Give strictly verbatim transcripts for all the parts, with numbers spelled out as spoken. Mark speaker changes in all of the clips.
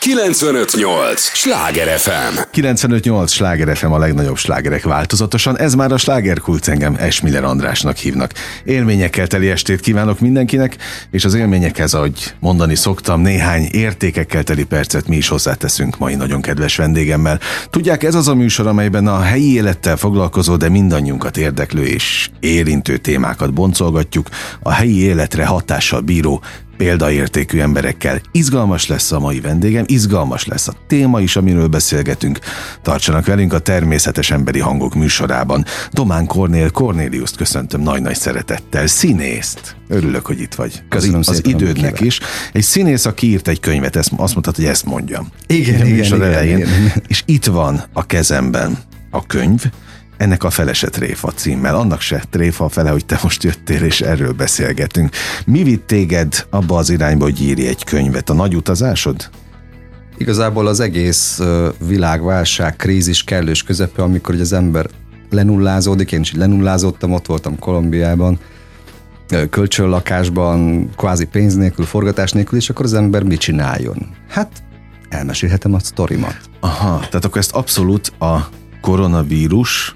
Speaker 1: kilencvenöt nyolc Sláger ef em.
Speaker 2: kilencvenöt nyolc Sláger ef em, a legnagyobb slágerek változatosan. Ez már a Slágerkult, engem Esmiller Andrásnak hívnak. Élményekkel teli estét kívánok mindenkinek, és az élményekhez, ahogy mondani szoktam, néhány értékekkel teli percet mi is hozzáteszünk mai nagyon kedves vendégemmel. Tudják, ez az a műsor, amelyben a helyi élettel foglalkozó, de mindannyiunkat érdeklő és érintő témákat boncolgatjuk, a helyi életre hatással bíró példaértékű emberekkel. Izgalmas lesz a mai vendégem, izgalmas lesz a téma is, amiről beszélgetünk. Tartsanak velünk a Természetes Emberi Hangok műsorában. Domán Kornél Kornéliuszt köszöntöm nagy-nagy szeretettel. Színészt. Örülök, hogy itt vagy.
Speaker 3: Köszönöm
Speaker 2: az, az
Speaker 3: szépen,
Speaker 2: idődnek is. Egy színész, aki írt egy könyvet, ezt, azt mondtad, hogy ezt mondjam.
Speaker 3: Igen,
Speaker 2: a
Speaker 3: igen,
Speaker 2: műsor
Speaker 3: igen,
Speaker 2: elején.
Speaker 3: igen.
Speaker 2: És itt van a kezemben a könyv, ennek a Fele se tréfa címmel. Annak se tréfa a fele, hogy te most jöttél, és erről beszélgetünk. Mi vitt téged abba az irányba, hogy írj egy könyvet? A nagy utazásod?
Speaker 3: Igazából az egész világválság, krízis kellős közepe, amikor az ember lenullázódik, én is lenullázottam, ott voltam Kolumbiában, kölcsönlakásban, kvázi pénz nélkül, forgatás nélkül, és akkor az ember mit csináljon? Hát elmesélhetem a sztorimat.
Speaker 2: Aha, tehát akkor ezt abszolút a koronavírus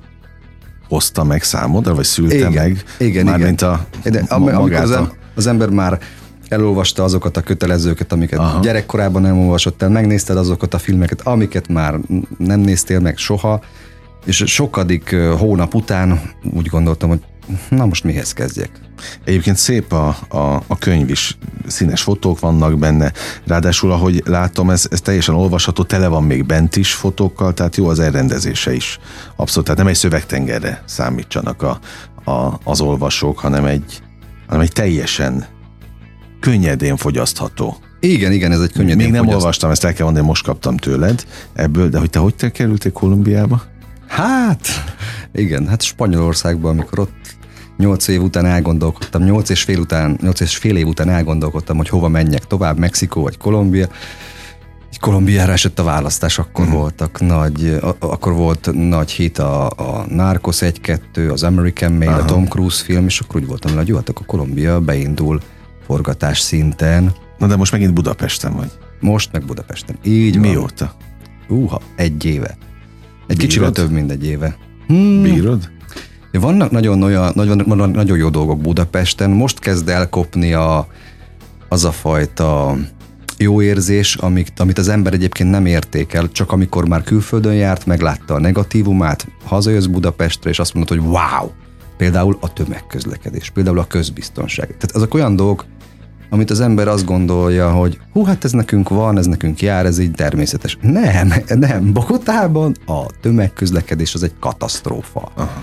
Speaker 2: hozta meg számodra, vagy szülte
Speaker 3: igen,
Speaker 2: meg?
Speaker 3: Igen,
Speaker 2: Mármint
Speaker 3: igen.
Speaker 2: a,
Speaker 3: De,
Speaker 2: a,
Speaker 3: amikor
Speaker 2: magát
Speaker 3: az,
Speaker 2: a...
Speaker 3: az ember már elolvasta azokat a kötelezőket, amiket
Speaker 2: Aha.
Speaker 3: gyerekkorában nem olvasott el, megnézted azokat a filmeket, amiket már nem néztél meg soha, és sokadik hónap után úgy gondoltam, hogy na most mihez kezdjek?
Speaker 2: Egyébként szép a, a, a könyv is, színes fotók vannak benne, ráadásul ahogy látom, ez, ez teljesen olvasható, tele van még bent is fotókkal, tehát jó az elrendezése is. Abszolút, tehát nem egy szövegtengerre számítsanak a, a, az olvasók, hanem egy, hanem egy teljesen könnyedén fogyasztható.
Speaker 3: Igen, igen, ez egy könnyedén
Speaker 2: Még nem
Speaker 3: fogyaszt...
Speaker 2: olvastam, ezt el kell mondani, most kaptam tőled ebből, de hogy te hogy te kerültél Kolumbiába?
Speaker 3: Hát, igen, hát Spanyolországban, amikor ott nyolc év után elgondolkodtam, nyolc és fél után, nyolc és fél év után elgondolkodtam, hogy hova menjek tovább, Mexikó vagy Kolumbia. Egy Kolumbiára esett a választás, akkor uh-huh. voltak nagy, a, akkor volt nagy hit a, a Narcos egy kettő, az American Made, uh-huh. a Tom Cruise film, és akkor úgy voltam, hogy jó, hát akkor Kolumbia beindul forgatás szinten.
Speaker 2: Na de most megint Budapesten vagy.
Speaker 3: Most meg Budapesten. Így
Speaker 2: Mióta?
Speaker 3: van. Uha, egy éve. Egy
Speaker 2: Bírod?
Speaker 3: kicsivel több, mint egy éve. Hmm.
Speaker 2: Bírod?
Speaker 3: Vannak nagyon, olyan, nagyon, nagyon jó dolgok Budapesten. Most kezd elkopni a, az a fajta jó érzés, amit, amit az ember egyébként nem értékel, csak amikor már külföldön járt, meglátta a negatívumát, hazajössz Budapestre, és azt mondod, hogy wow! Például a tömegközlekedés, például a közbiztonság. Tehát azok olyan dolgok, amit az ember azt gondolja, hogy hú, hát ez nekünk van, ez nekünk jár, ez így természetes. Nem, nem. Bogotában a tömegközlekedés az egy katasztrófa.
Speaker 2: Aha.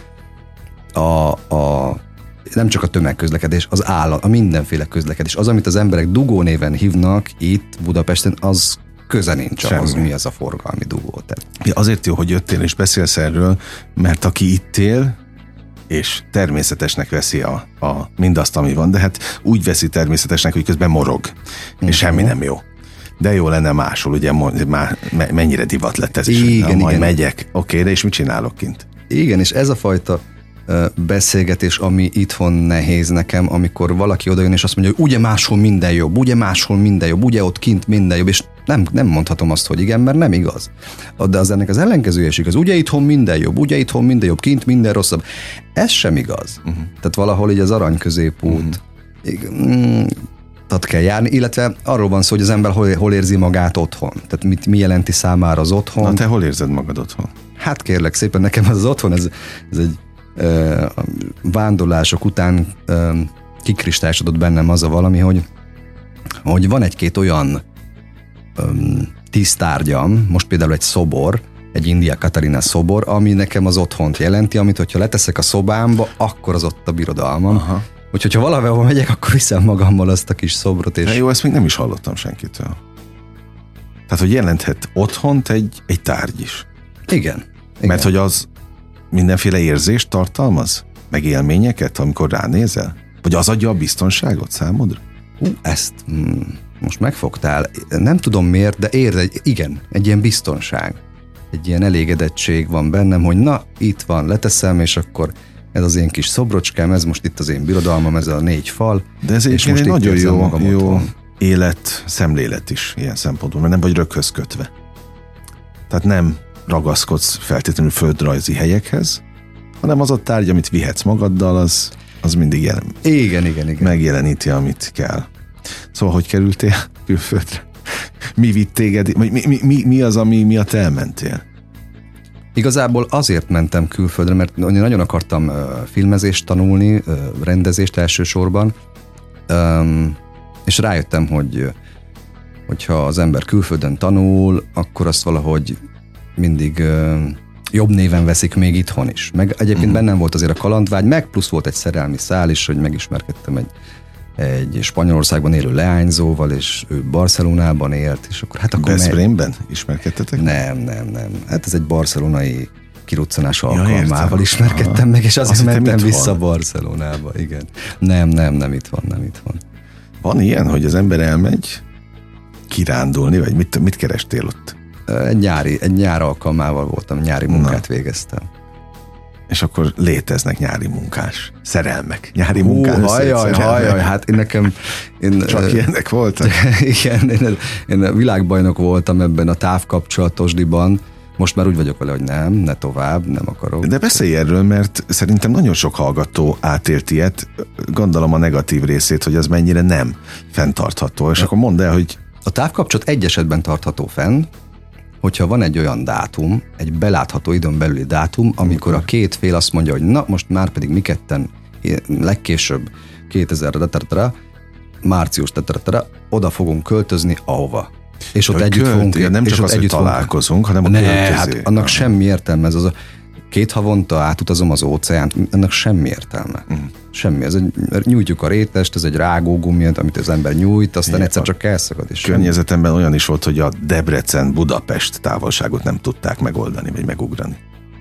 Speaker 3: A, a, nem csak a tömegközlekedés, az állat, a mindenféle közlekedés. Az, amit az emberek dugó néven hívnak itt Budapesten, az köze nincs ahhoz, mi az a forgalmi dugó.
Speaker 2: Ja, azért jó, hogy jöttél és beszélsz erről, mert aki itt él, és természetesnek veszi a, a mindazt, ami van, de hát úgy veszi természetesnek, hogy közben morog, és uh-huh. semmi nem jó. De jó lenne máshol, ugye már mennyire divat lett ez is,
Speaker 3: igen,
Speaker 2: hogy majd
Speaker 3: igen.
Speaker 2: megyek. Oké, okay, de és mit csinálok kint?
Speaker 3: Igen, és ez a fajta uh, beszélgetés, ami itthon nehéz nekem, amikor valaki odajön és azt mondja, hogy ugye máshol minden jobb, ugye máshol minden jobb, ugye ott kint minden jobb, és nem, nem mondhatom azt, hogy igen, mert nem igaz. De az ennek az ellenkezője is igaz. Ugye itthon minden jobb, ugye itthon minden jobb, kint minden rosszabb. Ez sem igaz. Uh-huh. Tehát valahol így az arany középút uh-huh. tehát kell járni, illetve arról van szó, hogy az ember hol, hol érzi magát otthon. Tehát mit, mi jelenti számára az otthon.
Speaker 2: Na te hol érzed magad otthon?
Speaker 3: Hát kérlek szépen, nekem az, az otthon, ez, ez egy ö, vándorlások után ö, kikristályosodott bennem az a valami, hogy, hogy van egy-két olyan ö, tisztárgyam, most például egy szobor, egy India Katarina szobor, ami nekem az otthont jelenti, amit hogyha leteszek a szobámba, akkor az ott a birodalmam. Aha. Úgyhogy ha valahol megyek, akkor viszem magammal azt a kis szobrot. És...
Speaker 2: Na jó, ezt még nem is hallottam senkitől. Tehát, hogy jelenthet otthont egy, egy tárgy is.
Speaker 3: Igen. Igen.
Speaker 2: Mert hogy az mindenféle érzést tartalmaz? Meg élményeket, amikor ránézel? Vagy az adja a biztonságot számodra?
Speaker 3: Hú, ezt mm, most megfogtál. Nem tudom miért, de érde, igen, egy ilyen biztonság. Egy ilyen elégedettség van bennem, hogy na, itt van, leteszem, és akkor ez az én kis szobrocskám, ez most itt az én birodalmam, ez a négy fal.
Speaker 2: De ez egy nagyon jó, jó élet, szemlélet is ilyen szempontból, mert nem vagy röghöz kötve. Tehát nem ragaszkodsz feltétlenül földrajzi helyekhez, hanem az a tárgy, amit vihetsz magaddal, az, az mindig jelen.
Speaker 3: Igen, igen, igen.
Speaker 2: Megjeleníti, amit kell. Szóval, hogy kerültél külföldre? Mi vitt téged? Mi, mi, mi, mi az, ami miatt elmentél?
Speaker 3: Igazából azért mentem külföldre, mert nagyon akartam uh, filmezést tanulni, uh, rendezést elsősorban, um, és rájöttem, hogy hogyha az ember külföldön tanul, akkor azt valahogy mindig uh, jobb néven veszik még itthon is. Meg egyébként mm. bennem volt azért a kalandvágy, meg plusz volt egy szerelmi szál is, hogy megismerkedtem egy, egy Spanyolországban élő leányzóval, és ő Barcelonában élt, és akkor hát akkor...
Speaker 2: Veszprémben ismerkedtetek?
Speaker 3: Nem, nem, nem. Hát ez egy barcelonai kiruccanás alkalmával ja, ismerkedtem meg, és azért Azt mentem vissza van. Barcelonába, igen. Nem, nem, nem itt van, nem itt van.
Speaker 2: Van ilyen, hogy az ember elmegy kirándulni, vagy mit, mit kerestél ott?
Speaker 3: Egy nyári, egy nyár alkalmával voltam, nyári munkát Na. végeztem.
Speaker 2: És akkor léteznek nyári munkás szerelmek, nyári
Speaker 3: Hú,
Speaker 2: munkás
Speaker 3: hajjaj, hajjaj, hát én nekem... Én,
Speaker 2: Csak uh, ilyenek voltak?
Speaker 3: Igen, én, én világbajnok voltam ebben a távkapcsolatosdiban. Most már úgy vagyok vele, hogy nem, ne tovább, nem akarok.
Speaker 2: De beszélj erről, mert szerintem nagyon sok hallgató átélt ilyet, gondolom a negatív részét, hogy az mennyire nem fenntartható, és a, akkor mondd el, hogy...
Speaker 3: A távkapcsolat egy esetben tartható fenn, hogyha van egy olyan dátum, egy belátható időn belüli dátum, amikor a két fél azt mondja, hogy na, most már pedig mi ketten legkésőbb kétezer március oda fogunk költözni, ahova. És ott együtt
Speaker 2: költi,
Speaker 3: fogunk...
Speaker 2: Nem csak
Speaker 3: és
Speaker 2: az, hogy találkozunk, hanem a
Speaker 3: ne,
Speaker 2: költöző.
Speaker 3: Hát annak semmi értelme. Ez az a két havonta átutazom az óceánt, ennek semmi értelme. Uh-huh. Semmi. Ez egy, nyújtjuk a rétest, ez egy rágógumi, amit az ember nyújt, aztán Igen, egyszer csak elszakad. És
Speaker 2: környezetemben semmi. Olyan is volt, hogy a Debrecen-Budapest távolságot nem tudták megoldani, vagy megugrani.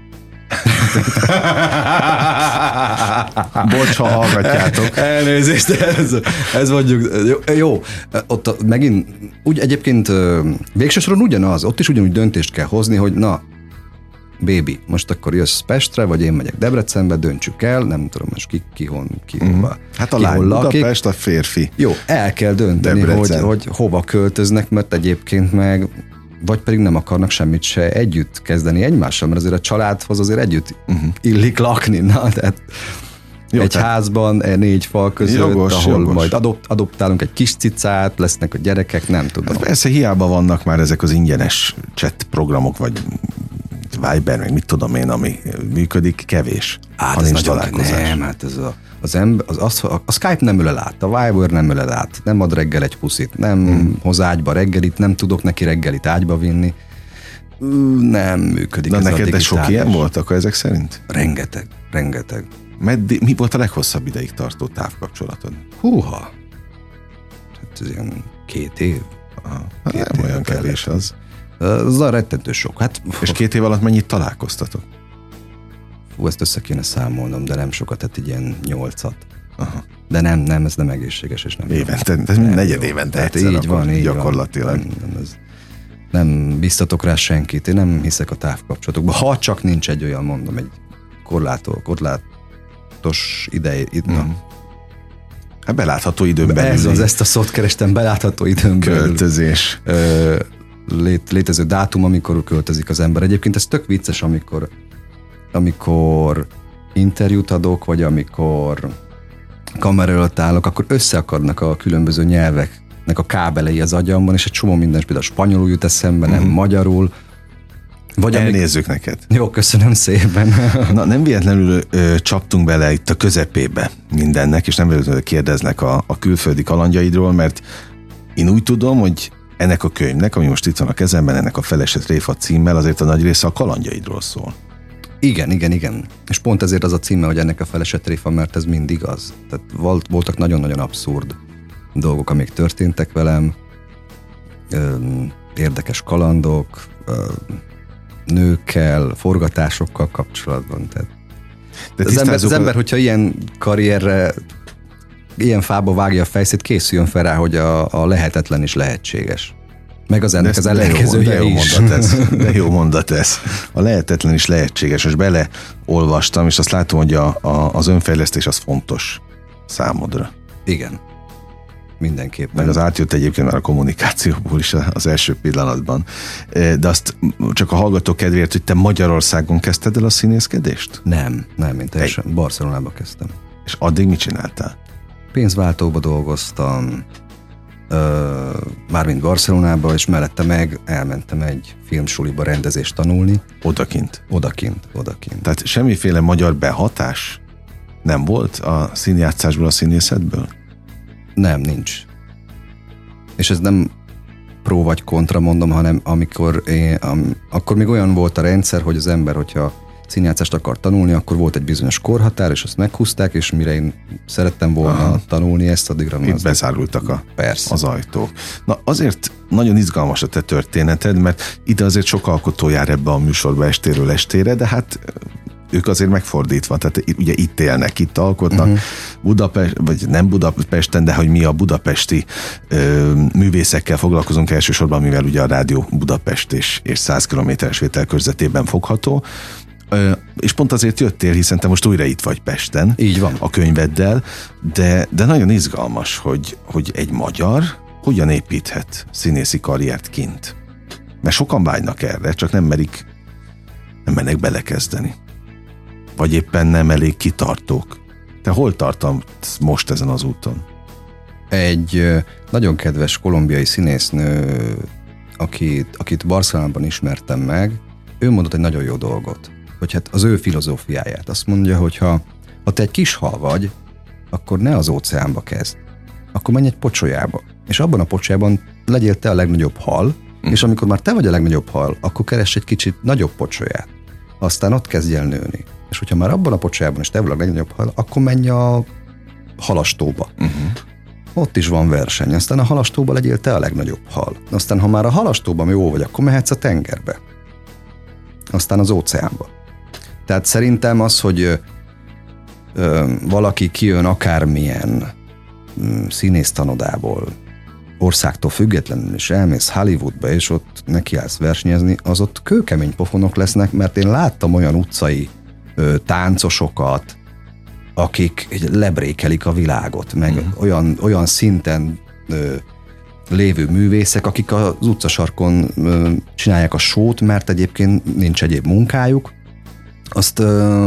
Speaker 2: Bocs, ha hallgatjátok.
Speaker 3: Elnézést, ez, ez mondjuk, jó, jó, ott a, megint, úgy egyébként végső soron ugyanaz, ott is ugyanúgy döntést kell hozni, hogy na, baby, most akkor jössz Pestre, vagy én megyek Debrecenbe, döntsük el, nem tudom most ki, ki, hon, ki mm. hova.
Speaker 2: Hát a lány Budapest, a férfi.
Speaker 3: Jó, el kell dönteni, hogy, hogy hova költöznek, mert egyébként meg vagy pedig nem akarnak semmit se együtt kezdeni egymással, mert azért a családhoz azért együtt uh-huh. illik lakni, na, tehát Jó, egy tehát... házban, négy fal között, jogos, ahol jogos. majd adopt, adoptálunk egy kis cicát, lesznek a gyerekek, nem tudom.
Speaker 2: Hát persze hiába vannak már ezek az ingyenes chat programok, vagy Viber, meg mit tudom én, ami működik, kevés.
Speaker 3: Hát ha nincs találkozás. Nem, hát ez a Az, ember, az, az, a Skype nem ölel át, a Viber nem ölel át, nem ad reggel egy puszit, nem hmm. hoz ágyba reggelit, nem tudok neki reggelit ágyba vinni. Nem működik.
Speaker 2: De ez neked de sok ilyen volt akkor ezek szerint?
Speaker 3: Rengeteg, rengeteg.
Speaker 2: Meddig, mi volt a leghosszabb ideig tartó távkapcsolatod?
Speaker 3: Húha! Hát ez ilyen két év.
Speaker 2: Aha. Hát két nem év olyan kevés az.
Speaker 3: Az a rettentő sok. Hát,
Speaker 2: és két év alatt mennyit találkoztatok?
Speaker 3: Fú, ezt össze kéne számolnom, de nem sokat, tehát így ilyen nyolcat. Aha. De nem, nem, ez nem egészséges, és nem
Speaker 2: évente, ez negyed évente egyszer,
Speaker 3: így van, így
Speaker 2: gyakorlatilag.
Speaker 3: Van. Nem, nem, ez, nem biztatok rá senkit, én nem hiszek a távkapcsolatokban. Ha csak nincs egy olyan, mondom, egy korlátó, korlátos idej. Mm.
Speaker 2: Hát belátható időn belül.
Speaker 3: Ez az, ezt a szót kerestem, belátható időn belül.
Speaker 2: Költözés.
Speaker 3: Ö, lét, létező dátum, amikor költözik az ember. Egyébként ez tök vicces, amikor amikor interjút adok, vagy amikor kamera előtt állok, akkor összeakadnak a különböző nyelveknek a kábelei az agyamban, és egy csomó minden, például spanyolul jut eszembe, nem mm. magyarul.
Speaker 2: Vagy elnézzük amik... neked.
Speaker 3: Jó, köszönöm szépen.
Speaker 2: Na, nem véletlenül ö, csaptunk bele itt a közepébe mindennek, és nem véletlenül kérdeznek a, a külföldi kalandjaidról, mert én úgy tudom, hogy ennek a könyvnek, ami most itt van a kezemben, ennek a Felesett Réfa címmel, azért a nagy része a kalandjaidról szól.
Speaker 3: Igen, igen, igen. És pont ezért az a címe, hogy ennek a Felesett Réfa, mert ez mindig az. Tehát volt, voltak nagyon-nagyon abszurd dolgok, amik történtek velem, ö, érdekes kalandok, ö, nőkkel, forgatásokkal kapcsolatban. Tehát De az, ember, az ember, hogyha ilyen karrierre, ilyen fába vágja a fejszét, készüljön fel rá, hogy a, a lehetetlen is lehetséges. Meg az ennek az ellenkezője
Speaker 2: de jó,
Speaker 3: is.
Speaker 2: Mondat ez, de jó mondat ez. A lehetetlen is lehetséges. Most beleolvastam, és azt látom, hogy a, a, az önfejlesztés az fontos számodra.
Speaker 3: Igen. mindenképpen.
Speaker 2: Meg az átjött egyébként már a kommunikációból is az első pillanatban. De azt csak a hallgató kedvéért, hogy te Magyarországon kezdted el a színészkedést?
Speaker 3: Nem, nem, én teljesen Egy... Barcelonába kezdtem.
Speaker 2: És addig mit csináltál?
Speaker 3: Pénzváltóba dolgoztam, ö, mármint Barcelonába, és mellette meg elmentem egy filmsuliba rendezést tanulni.
Speaker 2: Odakint?
Speaker 3: Odakint, odakint.
Speaker 2: Tehát semmiféle magyar behatás nem volt a színjátszásból, a színészetből?
Speaker 3: Nem, nincs. És ez nem pró vagy kontra mondom, hanem amikor én, am, akkor még olyan volt a rendszer, hogy az ember, hogyha színjátszást akar tanulni, akkor volt egy bizonyos korhatár, és azt meghúzták, és mire én szerettem volna Aha. tanulni ezt, addigra...
Speaker 2: Itt az bezárultak a,
Speaker 3: Persze.
Speaker 2: az ajtók. Na azért nagyon izgalmas a te történeted, mert ide azért sok alkotó jár ebbe a műsorba estéről estére, de hát ők azért megfordítva, tehát ugye itt élnek, itt alkotnak, uh-huh. Budapest, vagy nem Budapesten, de hogy mi a budapesti ö, művészekkel foglalkozunk elsősorban, mivel ugye a Rádió Budapest és, és száz kilométeres vételkörzetében fogható, ö, és pont azért jöttél, hiszen te most újra itt vagy Pesten.
Speaker 3: Így van.
Speaker 2: A könyveddel, de, de nagyon izgalmas, hogy, hogy egy magyar hogyan építhet színészi karriert kint. Mert sokan vágynak erre, csak nem merik, nem mernek belekezdeni. Vagy éppen nem elég kitartók. Te hol tartasz most ezen az úton?
Speaker 3: Egy nagyon kedves kolumbiai színésznő, akit, akit Barcelonában ismertem meg, ő mondott egy nagyon jó dolgot, hogy hát az ő filozófiáját. Azt mondja, hogy ha, ha te egy kis hal vagy, akkor ne az óceánba kezd. Akkor menj egy pocsolyába. És abban a pocsolyában legyél te a legnagyobb hal, mm. és amikor már te vagy a legnagyobb hal, akkor keress egy kicsit nagyobb pocsolyát. Aztán ott kezdj el nőni. És hogyha már abban a pocsájában is te vagy a legnagyobb hal, akkor menj a halastóba. Uh-huh. Ott is van verseny. Aztán a halastóba legyél te a legnagyobb hal. Aztán ha már a halastóban jó vagy, akkor mehetsz a tengerbe. Aztán az óceánba. Tehát szerintem az, hogy ö, ö, valaki kijön akármilyen ö, színésztanodából, országtól függetlenül, és elmész Hollywoodba, és ott nekiállsz versenyezni, az ott kőkemény pofonok lesznek, mert én láttam olyan utcai ö, táncosokat, akik lebrékelik a világot, meg uh-huh. olyan, olyan szinten ö, lévő művészek, akik az utcasarkon ö, csinálják a sót, mert egyébként nincs egyéb munkájuk. Azt ö,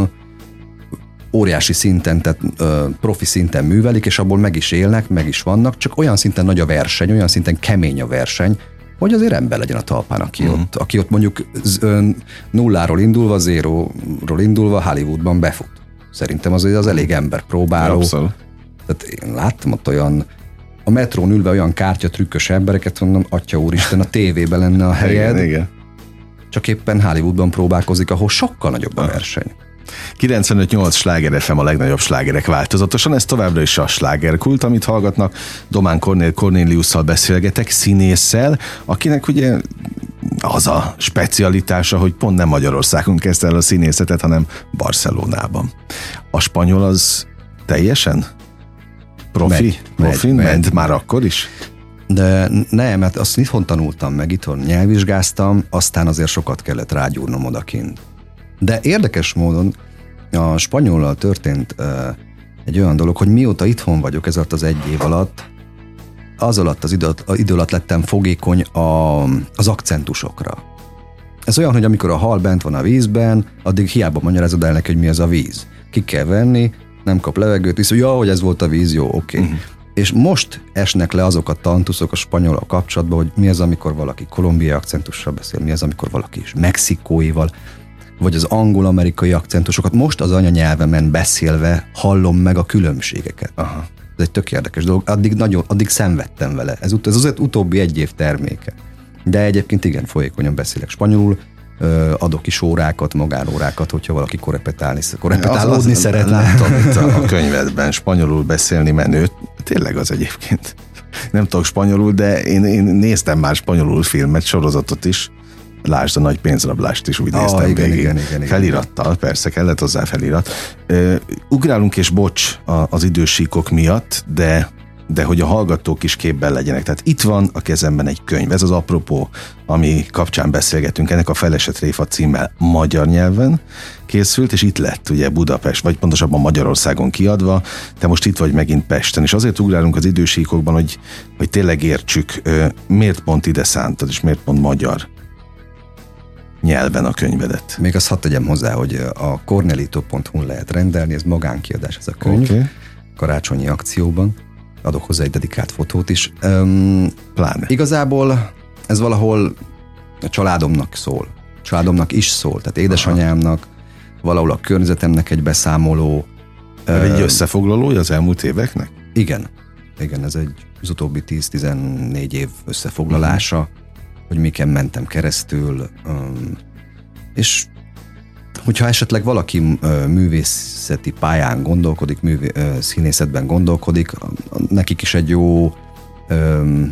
Speaker 3: óriási szinten, tehát ö, profi szinten művelik, és abból meg is élnek, meg is vannak, csak olyan szinten nagy a verseny, olyan szinten kemény a verseny, hogy azért ember legyen a talpán, aki, uh-huh. ott, aki ott mondjuk ö, nulláról indulva, zéróról indulva Hollywoodban befut. Szerintem azért az elég ember próbáló.
Speaker 2: Abszolút.
Speaker 3: Tehát én láttam ott olyan, a metrón ülve olyan kártyatrükkös embereket, mondom, atya úristen, a tévében lenne a helyed.
Speaker 2: Igen, igen.
Speaker 3: Csak éppen Hollywoodban próbálkozik, ahol sokkal nagyobb a verseny.
Speaker 2: kilencvenöt nyolc Sláger ef em, a legnagyobb slágerek változatosan, ez továbbra is a slágerkult, amit hallgatnak. Domán Kornél Kornéliusszal beszélgetek, színésszel, akinek ugye az a specialitása, hogy pont nem Magyarországon kezdte el a színészetet, hanem Barcelonában. A spanyol az teljesen profi?
Speaker 3: Megy,
Speaker 2: profi?
Speaker 3: megy,
Speaker 2: Ment
Speaker 3: megy.
Speaker 2: már akkor is?
Speaker 3: De nem, mert azt itthon tanultam meg, itthon nyelvvizsgáztam, aztán azért sokat kellett rágyúrnom odakint. De érdekes módon a spanyollal történt uh, egy olyan dolog, hogy mióta itthon vagyok ez alatt az egy év alatt, az alatt az idő, idő alatt lettem fogékony a, az akcentusokra. Ez olyan, hogy amikor a hal bent van a vízben, addig hiába magyarázod el neki, hogy mi az a víz. Ki kell venni, nem kap levegőt, viszont ja, hogy ez volt a víz, jó, oké. Okay. Uh-huh. És most esnek le azok a tantuszok a spanyol kapcsolatban, hogy mi az, amikor valaki kolumbiai akcentussal beszél, mi az, amikor valaki is mexikóival, vagy az angol-amerikai akcentusokat. Most az anyanyelvemen beszélve hallom meg a különbségeket. Aha. Ez egy tök érdekes dolog. Addig, nagyon, addig szenvedtem vele. Ez, ez az utóbbi egy év terméke. De egyébként igen, folyékonyan beszélek spanyolul, adok is órákat, magánórákat, hogyha valaki korepetálni, korepetálódni az, az, szeretne.
Speaker 2: Láttam itt a, a könyvedben spanyolul beszélni menőt. Tényleg az egyébként. Nem tudok spanyolul, de én, én néztem már spanyolul filmet, sorozatot is. Lásd, a Nagy pénzrablást is úgy
Speaker 3: ah,
Speaker 2: néztem
Speaker 3: igen,
Speaker 2: végig.
Speaker 3: Igen, igen, igen,
Speaker 2: Felirattal, persze, kellett hozzá felirat. Uh, ugrálunk és bocs az idősíkok miatt, de de hogy a hallgatók is képben legyenek. Tehát itt van a kezemben egy könyv, ez az apropó, ami kapcsán beszélgetünk, ennek a Felesett Réfa címmel magyar nyelven készült, és itt lett ugye Budapest, vagy pontosabban Magyarországon kiadva, te most itt vagy megint Pesten, és azért ugrálunk az idősíkokban, hogy, hogy tényleg értsük, miért pont ide szántad, és miért pont magyar nyelven a könyvedet.
Speaker 3: Még azt hadd tegyem hozzá, hogy a cornelito pont hu lehet rendelni, ez magánkiadás ez a könyv, okay. Karácsonyi akcióban. Adok hozzá egy dedikált fotót is. Um,
Speaker 2: Pláne.
Speaker 3: Igazából ez valahol a családomnak szól. A családomnak is szól, tehát édesanyámnak, aha. valahol a környezetemnek egy beszámoló.
Speaker 2: Ez egy összefoglalója az elmúlt éveknek?
Speaker 3: Igen. Igen, ez egy az utóbbi tíz-tizennégy év összefoglalása, uh-huh. hogy miken mentem keresztül, um, és hogyha esetleg valaki uh, művészeti pályán gondolkodik, művé, uh, színészetben gondolkodik, nekik is egy jó um,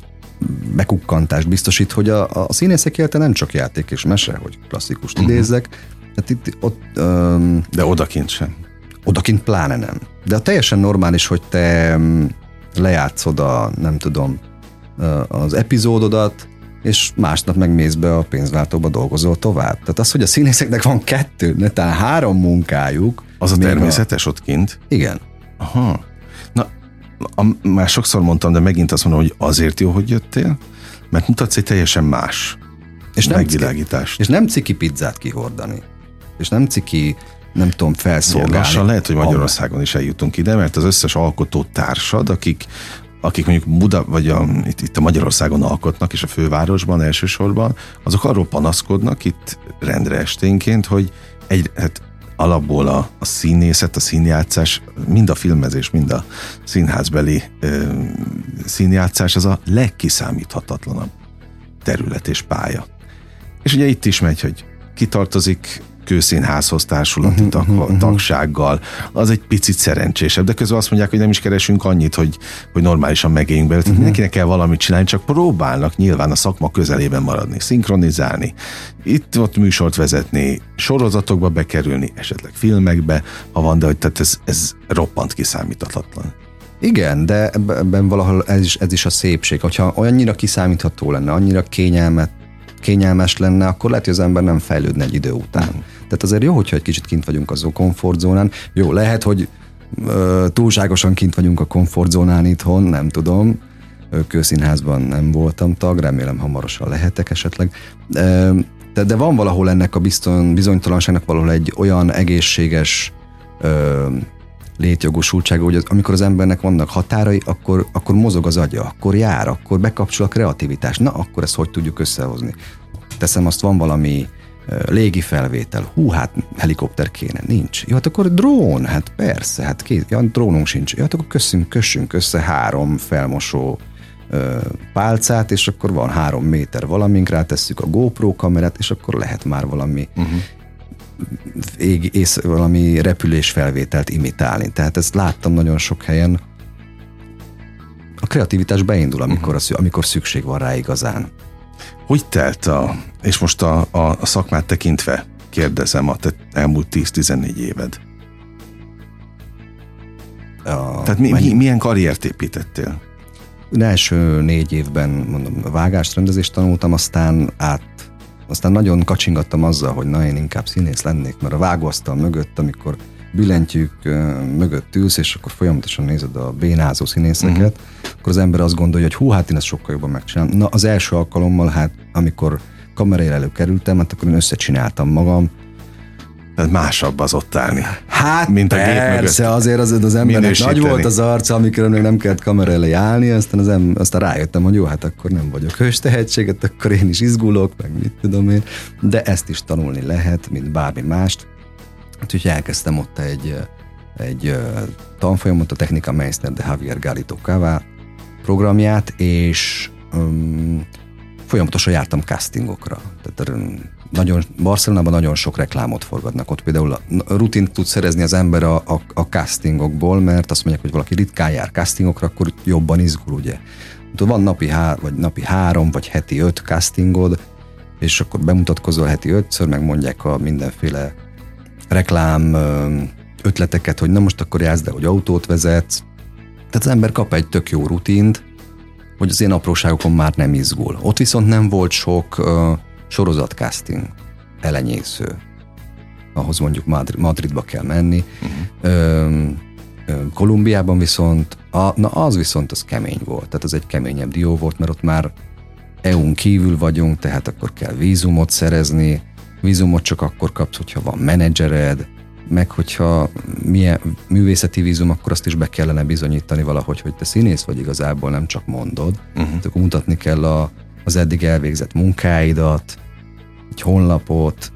Speaker 3: bekukkantást biztosít, hogy a, a színészek élete nem csak játék és mese, hogy klasszikust uh-huh. idézzek, tehát itt, ott, um,
Speaker 2: de odakint sem.
Speaker 3: Odakint pláne nem. De teljesen normális, hogy te um, lejátszod a, nem tudom, uh, az epizódodat, és másnap megmész be a pénzváltóba, dolgozol tovább. Tehát az, hogy a színészeknek van kettő, netán három munkájuk.
Speaker 2: Az a természetes a... ott kint?
Speaker 3: Igen.
Speaker 2: Aha. Na, a, már sokszor mondtam, de megint azt mondom, hogy azért jó, hogy jöttél, mert mutatsz egy teljesen más és nem megvilágítást.
Speaker 3: Ciki, és nem ciki pizzát kihordani. És nem ciki, nem tudom, felszolgálni.
Speaker 2: Igen, lassan lehet, hogy Magyarországon is eljutunk ide, mert az összes alkotó társad, akik akik mondjuk Buda, vagy a, itt, itt a Magyarországon alkotnak, és a fővárosban elsősorban, azok arról panaszkodnak itt rendre esténként, hogy egy, hát alapból a, a színészet, a színjátszás, mind a filmezés, mind a színházbeli ö, színjátszás, az a legkiszámíthatatlanabb terület és pálya. És ugye itt is megy, hogy kitartozik kőszínházhoz társulati tag, uh-huh, tagsággal, az egy picit szerencsésebb, de közben azt mondják, hogy nem is keresünk annyit, hogy, hogy normálisan megéljünk belőle. Uh-huh. Mindenkinek kell valamit csinálni, csak próbálnak nyilván a szakma közelében maradni, szinkronizálni, itt-ott műsort vezetni, sorozatokba bekerülni, esetleg filmekbe, ha van, de hogy tehát ez, ez roppant kiszámíthatatlan.
Speaker 3: Igen, de ebben valahol ez is, ez is a szépség. Hogyha olyannyira kiszámítható lenne, annyira kényelmet kényelmes lenne, akkor lehet, hogy az ember nem fejlődne egy idő után. Mm. Tehát azért jó, hogyha egy kicsit kint vagyunk az a komfortzónán. Jó, lehet, hogy ö, túlságosan kint vagyunk a komfortzónán itthon, nem tudom. Kőszínházban nem voltam tag, remélem hamarosan lehetek esetleg. De, de van valahol ennek a bizton, bizonytalanságnak valahol egy olyan egészséges ö, létjogosultsága, hogy az, amikor az embernek vannak határai, akkor, akkor mozog az agya, akkor jár, akkor bekapcsol a kreativitás. Na, akkor ezt hogy tudjuk összehozni? Teszem azt, van valami uh, légi felvétel, hú, hát helikopter kéne, nincs. Jó, hát akkor drón, hát persze, hát két, ja, drónunk sincs. Jó, hát akkor kössünk, kössünk össze három felmosó uh, pálcát, és akkor van három méter valamink, rátesszük a GoPro kamerát, és akkor lehet már valami uh-huh. Ég, ész, valami repülésfelvételt imitálni. Tehát ezt láttam nagyon sok helyen. A kreativitás beindul, amikor, uh-huh. a, amikor szükség van rá igazán.
Speaker 2: Hogy telt a, és most a, a, a szakmát tekintve kérdezem, a te elmúlt tíz-tizennégy éved? A, Tehát mi, mi, milyen karriert építettél?
Speaker 3: Az első négy évben mondom, vágást, rendezést tanultam, aztán át Aztán nagyon kacsingattam azzal, hogy na, én inkább színész lennék, mert a vágóasztal mögött, amikor billentyűk mögött ülsz, és akkor folyamatosan nézed a bénázó színészeket, uh-huh. akkor az ember azt gondolja, hogy hú, hát én ezt sokkal jobban megcsinálom. Na, az első alkalommal, hát amikor kamera elő kerültem, hát akkor én összecsináltam magam.
Speaker 2: Tehát másabb az ott állni.
Speaker 3: Hát mint a gép mögött. Persze, azért az, az embernek nagy volt az arca, amikor még nem kellett kamera elé állni, aztán, az em, aztán rájöttem, hogy jó, hát akkor nem vagyok hős tehetséget, akkor én is izgulok, meg mit tudom én, de ezt is tanulni lehet, mint bármi mást. Úgyhogy elkezdtem ott egy, egy tanfolyamot, a Technica Meister de Javier Garito Cava programját, és um, folyamatosan jártam castingokra. Tehát nagyon, Barcelonában nagyon sok reklámot forgatnak. Ott például a rutint tud szerezni az ember a, a, a castingokból, mert azt mondják, hogy valaki ritkán jár castingokra, akkor jobban izgul, ugye. Van napi, há, vagy napi három, vagy heti öt castingod, és akkor bemutatkozol heti ötször, megmondják a mindenféle reklám ötleteket, hogy na most akkor játszd el, hogy autót vezetsz, Tehát az ember kap egy tök jó rutint, hogy az én apróságokon már nem izgul. Ott viszont nem volt sok uh, sorozatcasting elenyésző. Ahhoz mondjuk Madrid, Madridba kell menni. Uh-huh. Ö, ö, Kolumbiában viszont, a, na az viszont az kemény volt. Tehát az egy keményebb dió volt, mert ott már é u-n kívül vagyunk, tehát akkor kell vízumot szerezni. Vízumot csak akkor kapsz, hogyha van menedzsered, meg hogyha milyen művészeti vízum, akkor azt is be kellene bizonyítani valahogy, hogy te színész vagy igazából, nem csak mondod. Uh-huh. Akkor mutatni kell a, az eddig elvégzett munkáidat, egy honlapot.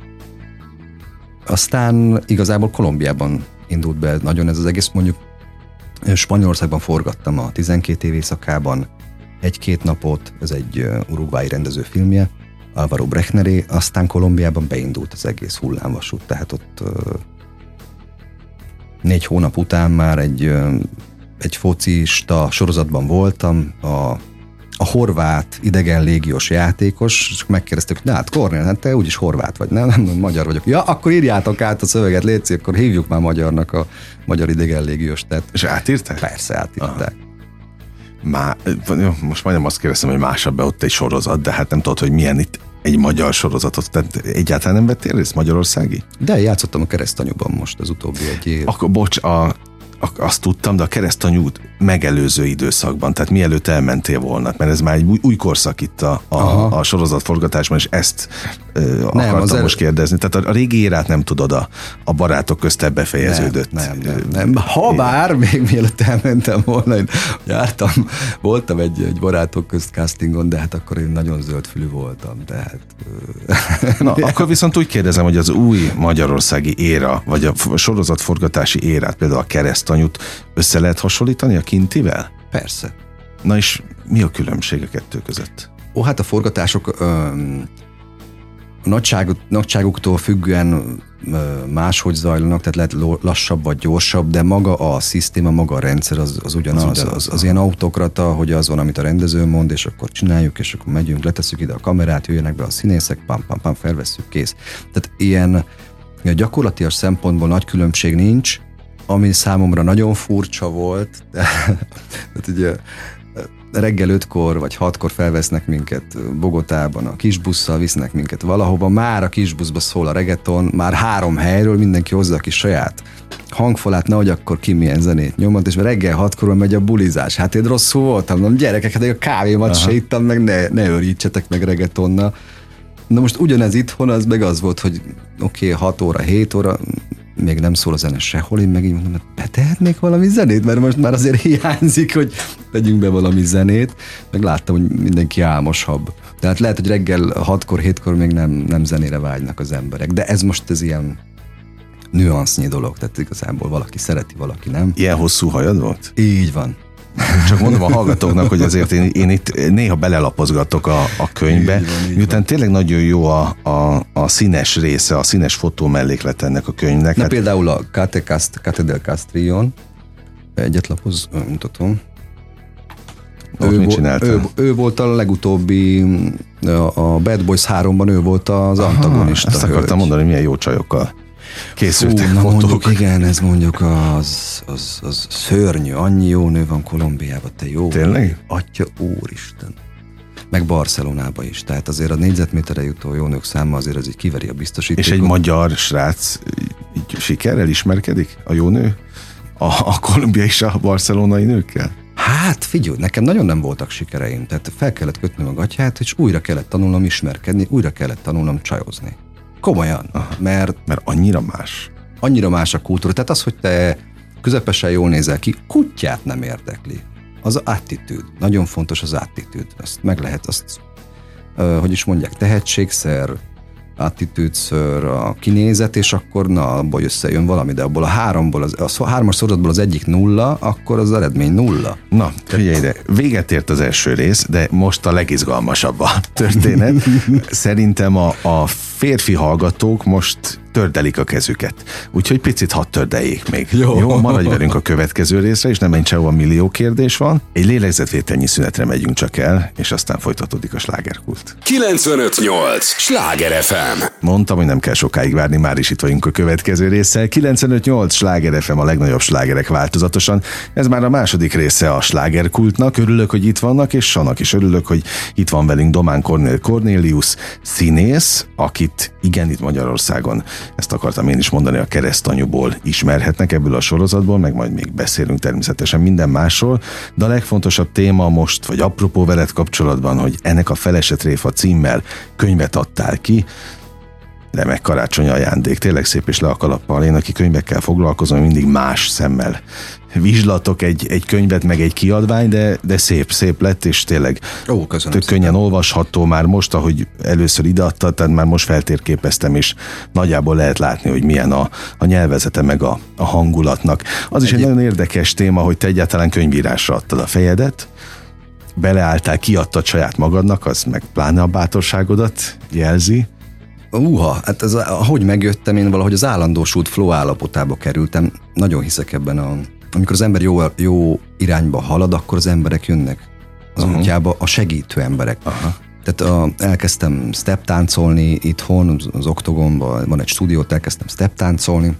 Speaker 3: Aztán igazából Kolumbiában indult be nagyon ez az egész, mondjuk Spanyolországban forgattam a tizenkét év éjszakában egy-két napot, ez egy uruguayi rendező filmje, Álvaro Brechneré, aztán Kolumbiában beindult az egész hullámvasút, tehát ott uh, négy hónap után már egy, uh, egy focista sorozatban voltam, a, a horvát idegen légiós játékos, és megkérdeztük, hogy hát Kornél, hát te úgyis horvát vagy, nem? Nem, magyar vagyok. Ja, akkor írjátok át a szöveget, létszik, akkor hívjuk már magyarnak a magyar idegen légiós. Tehát,
Speaker 2: és átírták?
Speaker 3: Persze, átírták. Aha.
Speaker 2: Má, most majdnem azt kérdeztem, hogy másabb be ott egy sorozat, de hát nem tudod, hogy milyen itt egy magyar sorozatot, tehát egyáltalán nem vettél részt magyarországi?
Speaker 3: De játszottam a Keresztanyúban most az utóbbi egy év.
Speaker 2: Akkor bocs, a, a, azt tudtam, de a Keresztanyút megelőző időszakban, tehát mielőtt elmentél volna, mert ez már egy új, új korszak itt a, a, a sorozatforgatásban, és ezt uh, akartam el... most kérdezni. Tehát a, a régi érát nem tudod, a, a barátok közt befejeződött.
Speaker 3: Nem, nem, nem, nem. Habár, még mielőtt elmentem volna, én jártam, voltam egy, egy barátok közt castingon, de hát akkor én nagyon zöldfülű voltam, tehát...
Speaker 2: Na, akkor viszont úgy kérdezem, hogy az új magyarországi éra, vagy a sorozatforgatási érát, például a Keresztanyút össze lehet hasonlítani a kintivel?
Speaker 3: Persze.
Speaker 2: Na és mi a különbség a kettő között?
Speaker 3: Ó, hát a forgatások öm, a nagyságuk, nagyságuktól függően ö, máshogy zajlanak, tehát lehet lassabb vagy gyorsabb, de maga a szisztéma, maga a rendszer az, az ugyanaz. Az, ugyanaz. Az, az ilyen autokrata, hogy az van, amit a rendező mond, és akkor csináljuk, és akkor megyünk, letesszük ide a kamerát, jöjjenek be a színészek, pam, pam, pam, felvesszük, kész. Tehát ilyen gyakorlatilag szempontból nagy különbség nincs, ami számomra nagyon furcsa volt, tehát ugye reggel ötkor vagy hatkor felvesznek minket Bogotában, a kisbusszal visznek minket valahova, már a kisbuszba szól a reggaeton, már három helyről mindenki hozza a kis saját hangfalát, nehogy akkor ki milyen zenét nyomott, és reggel hatkor megy a bulizás. Hát én rosszul voltam, nem gyerekek, hát a kávémat Aha. se ittam, meg ne, ne örítsetek meg reggaetonnal. Na most ugyanez itthon, az meg az volt, hogy oké, okay, hat óra, hét óra, még nem szól a zene sehol, én meg így mondom, hogy betehetnék valami zenét, mert most már azért hiányzik, hogy tegyünk be valami zenét, meg láttam, hogy mindenki álmosabb. Tehát lehet, hogy reggel hatkor, hétkor még nem, nem zenére vágynak az emberek, de ez most ez ilyen nüansznyi dolog, tehát igazából valaki szereti, valaki nem.
Speaker 2: Ilyen hosszú hajad volt?
Speaker 3: Így van.
Speaker 2: Csak mondom a hallgatóknak, hogy azért én, én itt néha belelapozgatok a, a könyvbe, így van, így miután van. Tényleg nagyon jó a, a, a színes része, a színes fotó melléklet ennek a könyvnek.
Speaker 3: Na hát például a Cate del Castrillon, egyet lapoz, mutatom. Ő,
Speaker 2: mit csinálta?
Speaker 3: Ő, ő volt a legutóbbi, a Bad Boys háromban ő volt az Aha, antagonista.
Speaker 2: Ezt akartam hölgy. mondani, milyen jó csajokkal készültek
Speaker 3: Fú,
Speaker 2: fotók.
Speaker 3: Mondjuk, igen, ez mondjuk az, az, az szörnyű, annyi jó nő van Kolumbiában, te jó.
Speaker 2: Tényleg?
Speaker 3: Atya úristen. Meg Barcelonába is, tehát azért a négyzetméterre jutó jó nők száma azért az így kiveri a biztosítékot.
Speaker 2: És egy magyar srác így sikerrel ismerkedik, a jó nő? A, a kolumbiai és a barcelonai nőkkel?
Speaker 3: Hát figyelj, nekem nagyon nem voltak sikereim, tehát fel kellett kötnöm a gatyát, és újra kellett tanulnom ismerkedni, újra kellett tanulnom csajozni. Komolyan, Aha, mert...
Speaker 2: Mert annyira más.
Speaker 3: Annyira más a kultúra. Tehát az, hogy te közepesen jól nézel ki, kutyát nem érdekli. Az attitűd. Nagyon fontos az attitűd. Azt meg lehet, azt, uh, hogy is mondják, tehetségszer, attitűdször, a kinézet, és akkor na, abból összejön valami, de abból a háromból, az, a hármas sorozatból az egyik nulla, akkor az eredmény nulla.
Speaker 2: Na, figyelj ide, véget ért az első rész, de most a legizgalmasabb a történet. Szerintem a, a férfi hallgatók most tördelik a kezüket. Úgyhogy picit hadd tördeljék még.
Speaker 3: Jó.
Speaker 2: Jó, maradj velünk a következő részre, és nem menj sehova, millió kérdés van. Egy lélegzetvételnyi szünetre megyünk csak el, és aztán folytatódik a slágerkult.
Speaker 1: kilencvenöt nyolc Sláger ef em.
Speaker 2: Mondtam, hogy nem kell sokáig várni, már is itt vagyunk a következő résszel. kilencvenöt nyolc Sláger ef em, a legnagyobb slágerek változatosan. Ez már a második része a slágerkultnak. Örülök, hogy itt vannak, és annak is örülök, hogy itt van velünk Domán Kornél Kornélius, színész, akit igen, itt Magyarországon, ezt akartam én is mondani, a Keresztanyúból ismerhetnek, ebből a sorozatból, meg majd még beszélünk természetesen minden másról, de a legfontosabb téma most, vagy apropó veled kapcsolatban, hogy ennek a Felesett Réfa címmel könyvet adtál ki. Remek karácsonyi ajándék, tényleg szép és le a kalappal. Én, aki könyvekkel foglalkozom, mindig más szemmel vizslatok egy, egy könyvet, meg egy kiadvány, de, de szép, szép lett, és tényleg
Speaker 3: Ó, köszönöm
Speaker 2: tök
Speaker 3: szépen.
Speaker 2: könnyen olvasható már most, ahogy először ideadtad, tehát már most feltérképeztem, és nagyjából lehet látni, hogy milyen a, a nyelvezete, meg a, a hangulatnak. Az is egy, egy nagyon érdekes téma, hogy te egyáltalán könyvírásra adtad a fejedet, beleálltál, kiadtad saját magadnak, az meg pláne a bátorságodat jelzi.
Speaker 3: Uha, hát ez, ahogy megjöttem, én valahogy az állandósult flow állapotába kerültem. Nagyon hiszek ebben, a, amikor az ember jó, jó irányba halad, akkor az emberek jönnek az uh-huh. útjába, a segítő emberek. Aha. Tehát a, elkezdtem step táncolni itthon, az Oktogonban van egy stúdiót, elkezdtem step táncolni,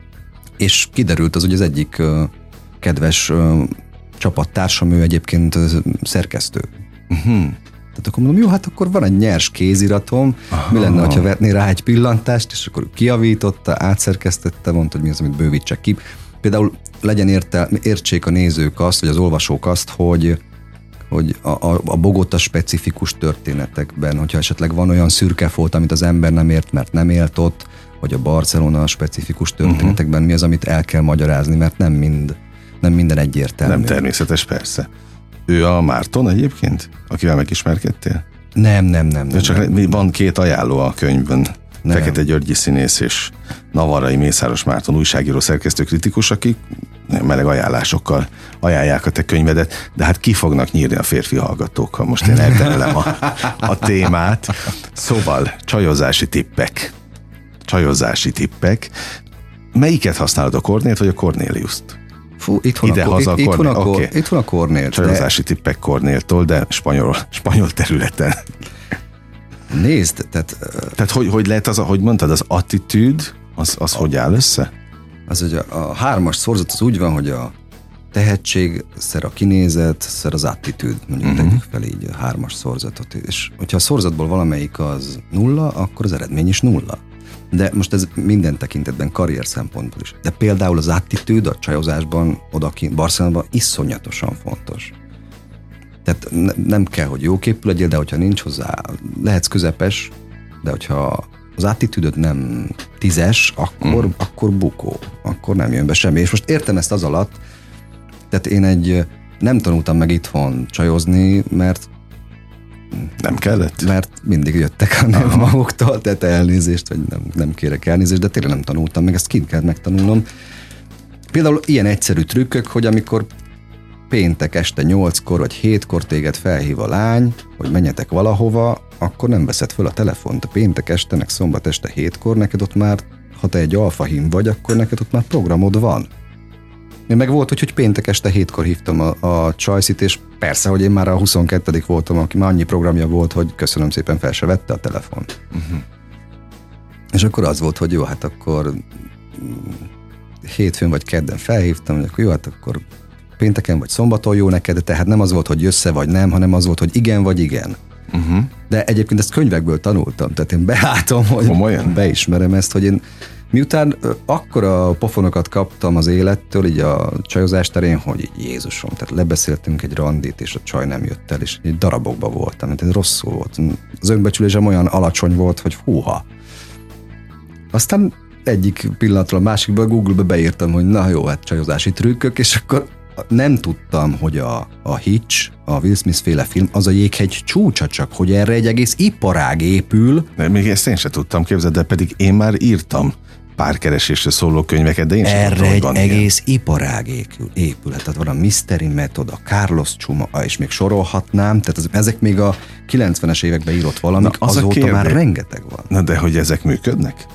Speaker 3: és kiderült az, hogy az egyik uh, kedves uh, csapattársam, ő egyébként uh, szerkesztő. Uh-huh. Tehát akkor mondom, jó, hát akkor van egy nyers kéziratom, aha. Mi lenne, ha vetné rá egy pillantást, és akkor kiavította, átszerkesztette, mondta, hogy mi az, amit bővítsek ki. Például legyen érte, értsék a nézők azt, vagy az olvasók azt, hogy, hogy a, a, a Bogota specifikus történetekben, hogyha esetleg van olyan szürke folt, amit az ember nem ért, mert nem élt ott, vagy a Barcelona specifikus történetekben uh-huh. mi az, amit el kell magyarázni, mert nem mind, nem minden egyértelmű.
Speaker 2: Nem természetes, persze. Ő a Márton egyébként, akivel megismerkedtél?
Speaker 3: Nem, nem, nem. nem,
Speaker 2: csak
Speaker 3: nem.
Speaker 2: Van két ajánló a könyvben. Nem. Fekete Györgyi színész és Navarrai Mészáros Márton újságíró, szerkesztő, kritikus, akik meleg ajánlásokkal ajánlják a te könyvedet, de hát ki fognak nyírni a férfi hallgatók, ha most én elterelem a, a témát. Szóval, csajozási tippek. Csajozási tippek. Melyiket használod, a Kornélt vagy a Kornéliuszt?
Speaker 3: Fú, itthon,
Speaker 2: Ide
Speaker 3: a,
Speaker 2: haza
Speaker 3: itt, itthon, a,
Speaker 2: okay.
Speaker 3: itthon a Kornélt.
Speaker 2: Csajozási de... tippek Kornéltól, de spanyol, spanyol területen.
Speaker 3: Nézd, tehát...
Speaker 2: Tehát hogy, hogy lehet az, ahogy mondtad, az attitűd, az, az a, hogy áll össze?
Speaker 3: Az, hogy a, a hármas szorzat az úgy van, hogy a tehetség, szer a kinézet, szer az attitűd, mondjuk uh-huh. tegyük fel így a hármas szorzatot. És hogyha a szorzatból valamelyik az nulla, akkor az eredmény is nulla. De most ez minden tekintetben, karrier szempontból is. De például az attitűd a csajozásban, odakint, Barcelonában iszonyatosan fontos. Tehát ne, nem kell, hogy jóképű legyél, de hogyha nincs hozzá, lehetsz közepes, de hogyha az attitűdöd nem tízes, akkor, mm. akkor bukó, akkor nem jön be semmi. És most értem ezt az alatt, tehát én egy, nem tanultam meg itthon csajozni, mert
Speaker 2: nem kellett?
Speaker 3: Mert mindig jöttek a nem maguktól, tehát elnézést, vagy nem, nem kérek elnézést, de tényleg nem tanultam meg, ezt kint kell megtanulnom. Például ilyen egyszerű trükkök, hogy amikor péntek este nyolckor vagy hétkor téged felhív a lány, hogy menjetek valahova, akkor nem veszed föl a telefont. A péntek este, meg szombat este hétkor neked ott már, ha te egy alfahím vagy, akkor neked ott már programod van. Én meg volt, hogy, hogy péntek este hétkor hívtam a, a csajszit, és persze, hogy én már a huszonkettedik voltam, aki már annyi programja volt, hogy köszönöm szépen, fel se vette a telefont. Uh-huh. És akkor az volt, hogy jó, hát akkor hétfőn vagy kedden felhívtam, hogy akkor jó, hát akkor pénteken vagy szombaton jó neked, de tehát nem az volt, hogy jössze vagy nem, hanem az volt, hogy igen vagy igen. Uh-huh. De egyébként ezt könyvekből tanultam, tehát én beálltam, hogy Komolyan? beismerem ezt, hogy én miután akkora pofonokat kaptam az élettől, így a csajozás terén, hogy így Jézusom, tehát lebeszéltünk egy randit, és a csaj nem jött el, és egy darabokba voltam, tehát ez rosszul volt. Az önbecsülésem olyan alacsony volt, hogy húha. Aztán egyik pillanatról a másikból Google-be beírtam, hogy na jó, hát csajozási trükkök, és akkor nem tudtam, hogy a, a Hitch, a Will Smith féle film, az a Jéghegy csúcsa, csak hogy erre egy egész iparág épül.
Speaker 2: De még ezt én sem tudtam képzelni, de pedig én már írtam párkeresésre szóló könyveket, de én sem
Speaker 3: erre
Speaker 2: tudtam,
Speaker 3: egy
Speaker 2: van
Speaker 3: egész ilyen. iparág épül, épül. Tehát van a Mystery Method, a Carlos Csuma, és még sorolhatnám, tehát az, ezek még a kilencvenes években írott valamik, Na, az azóta már rengeteg van.
Speaker 2: Na de hogy ezek működnek?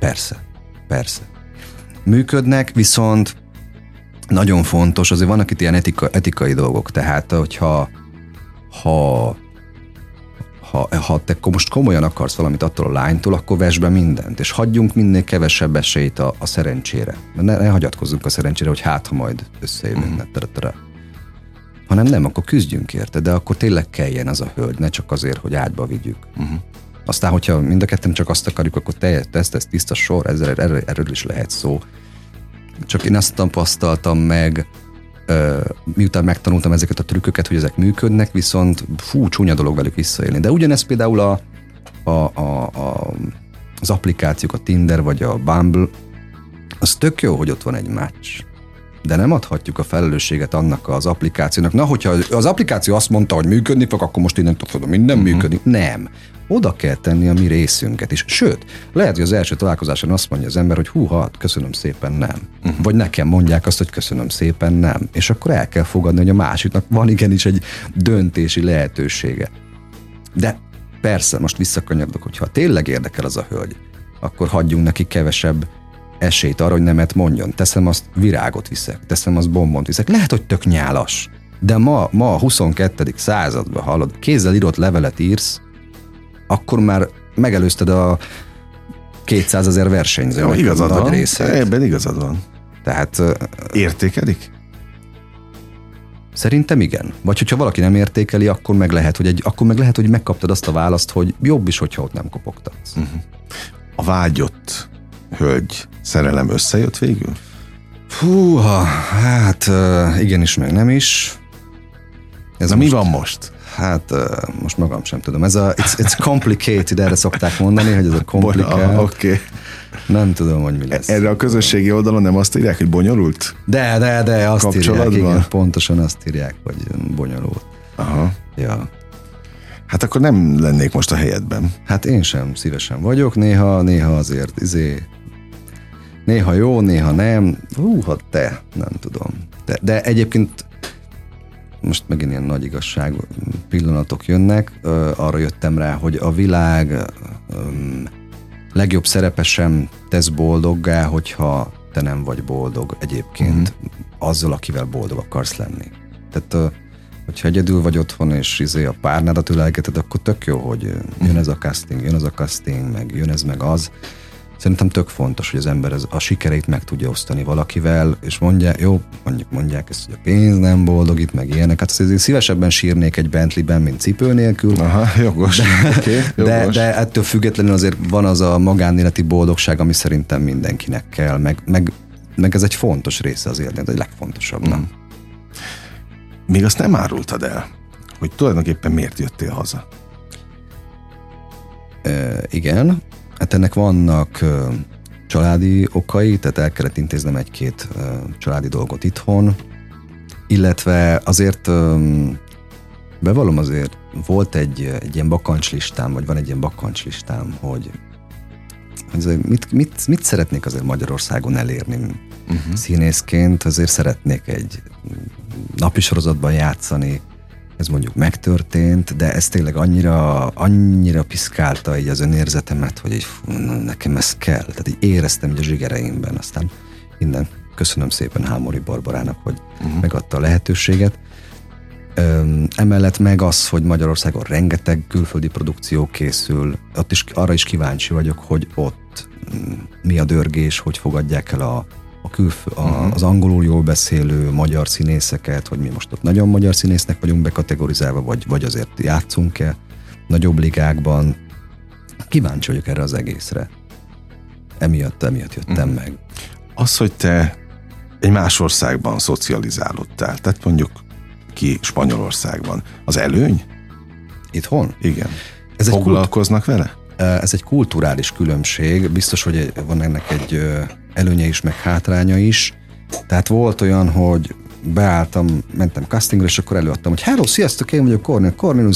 Speaker 3: Persze, persze. Működnek, viszont nagyon fontos, azért vannak itt ilyen etika, etikai dolgok, tehát hogyha ha, ha, ha te most komolyan akarsz valamit attól a lánytól, akkor vesd be mindent, és hagyjunk minél kevesebb esélyt a, a szerencsére. Ne, ne hagyatkozzunk a szerencsére, hogy hát, ha majd összejövünk, uh-huh. hanem nem, akkor küzdjünk érte, de akkor tényleg kelljen az a hölgy, ne csak azért, hogy ágyba vigyük. Uh-huh. Aztán, hogyha mind a ketten csak azt akarjuk, akkor te, ez, ez tiszta sor, ezzel, erről, erről is lehet szó. Csak én azt tapasztaltam meg, miután megtanultam ezeket a trükköket, hogy ezek működnek, viszont fú, csúnya dolog velük visszaélni. De ugyanez például a, a, a, a, az applikációk, a Tinder vagy a Bumble, az tök jó, hogy ott van egy match. De nem adhatjuk a felelősséget annak az applikációnak. Na, hogyha az applikáció azt mondta, hogy működni fog, akkor most innen tudom, minden uh-huh. működik. Nem. Oda kell tenni a mi részünket is. Sőt, lehet, hogy az első találkozáson azt mondja az ember, hogy húha, köszönöm szépen, nem. Uh-huh. Vagy nekem mondják azt, hogy köszönöm szépen, nem. És akkor el kell fogadni, hogy a másiknak van igenis egy döntési lehetősége. De persze, most visszakanyarodok, hogyha tényleg érdekel az a hölgy, akkor hagyjunk neki kevesebb esélyt arra, hogy nemet mondjon. Teszem azt, virágot viszek, teszem azt, bombont viszek. Lehet, hogy tök nyálas, de ma, ma a huszonkettedik században hallod, kézzel írott levelet írsz, akkor már megelőzted a kétszázezer versenyzőnek.
Speaker 2: Ja, igazad
Speaker 3: nagy
Speaker 2: van,
Speaker 3: részét.
Speaker 2: Ebben igazad van.
Speaker 3: Tehát
Speaker 2: értékelik?
Speaker 3: Szerintem igen. Vagy hogyha valaki nem értékeli, akkor meg lehet, hogy, egy, akkor meg lehet, hogy megkaptad azt a választ, hogy jobb is, hogyha ott nem kopogtatsz. Uh-huh.
Speaker 2: A vágyott hölgy szerelem összejött végül?
Speaker 3: Fúha, hát igenis, meg nem is.
Speaker 2: Ez Na, mi van most?
Speaker 3: Hát most magam sem tudom. Ez a it's, it's complicated, erre szokták mondani, hogy ez a komplikált.
Speaker 2: Oké. Okay.
Speaker 3: Nem tudom, hogy mi lesz.
Speaker 2: Erre a közösségi oldalon nem azt írják, hogy bonyolult?
Speaker 3: De, de, de, azt írják, igen, pontosan azt írják, hogy bonyolult.
Speaker 2: Aha.
Speaker 3: Ja.
Speaker 2: Hát akkor nem lennék most a helyedben.
Speaker 3: Hát én sem szívesen vagyok, néha, néha azért izé, néha jó, néha nem. Hú, hát te, nem tudom. De, de egyébként most megint ilyen nagy igazság pillanatok jönnek, arra jöttem rá, hogy a világ um, legjobb szerepe sem tesz boldoggá, hogyha te nem vagy boldog egyébként mm-hmm. azzal, akivel boldog akarsz lenni. Tehát uh, hogyha egyedül vagy otthon, és izé a párnádat ülelgeted, akkor tök jó, hogy mm-hmm. jön ez a casting, jön az a casting, meg jön ez, meg az. Szerintem tök fontos, hogy az ember a sikereit meg tudja osztani valakivel, és mondja, jó, mondjuk mondják ezt, hogy a pénz nem boldogít, meg ilyenek. Hát azért szívesebben sírnék egy Bentleyben, mint cipő nélkül.
Speaker 2: Aha, jogos.
Speaker 3: De,
Speaker 2: okay,
Speaker 3: de,
Speaker 2: jogos.
Speaker 3: de ettől függetlenül azért van az a magánéleti boldogság, ami szerintem mindenkinek kell, meg, meg, meg ez egy fontos része az életnek, egy legfontosabb. Mm.
Speaker 2: Még azt nem árultad el, hogy tulajdonképpen miért jöttél haza?
Speaker 3: E, igen. Hát ennek vannak uh, családi okai, tehát el kellett intéznem egy-két uh, családi dolgot itthon, illetve azért um, bevallom, azért volt egy, egy ilyen bakancslistám, vagy van egy ilyen bakancslistám, hogy, hogy mit, mit, mit szeretnék azért Magyarországon elérni uh-huh. színészként, azért szeretnék egy napi sorozatban játszani, ez mondjuk megtörtént, de ez tényleg annyira, annyira piszkálta így az önérzetemet, hogy így, fú, nekem ez kell. Tehát így éreztem így a zsigereimben. Aztán innen köszönöm szépen Hámori Barbarának, hogy uh-huh. megadta a lehetőséget. Öm, emellett meg az, hogy Magyarországon rengeteg külföldi produkció készül, ott is, arra is kíváncsi vagyok, hogy ott mi a dörgés, hogy fogadják el a A külf- a, uh-huh. az angolul jól beszélő magyar színészeket, hogy mi most ott nagyon magyar színésznek vagyunk bekategorizálva, vagy, vagy azért játszunk-e nagyobb ligákban. Kíváncsi vagyok erre az egészre. Emiatt, emiatt jöttem uh-huh. meg.
Speaker 2: Az, hogy te egy más országban szocializálódtál, tehát mondjuk ki Spanyolországban, az előny?
Speaker 3: Itthon?
Speaker 2: Igen.
Speaker 3: Ez
Speaker 2: Foglalkoznak kult- vele?
Speaker 3: Ez egy kulturális különbség, biztos, hogy van ennek egy előnye is, meg hátránya is. Tehát volt olyan, hogy beálltam, mentem castingra, és akkor előadtam, hogy hello, sziasztok, én vagyok Cornél, Cornelius,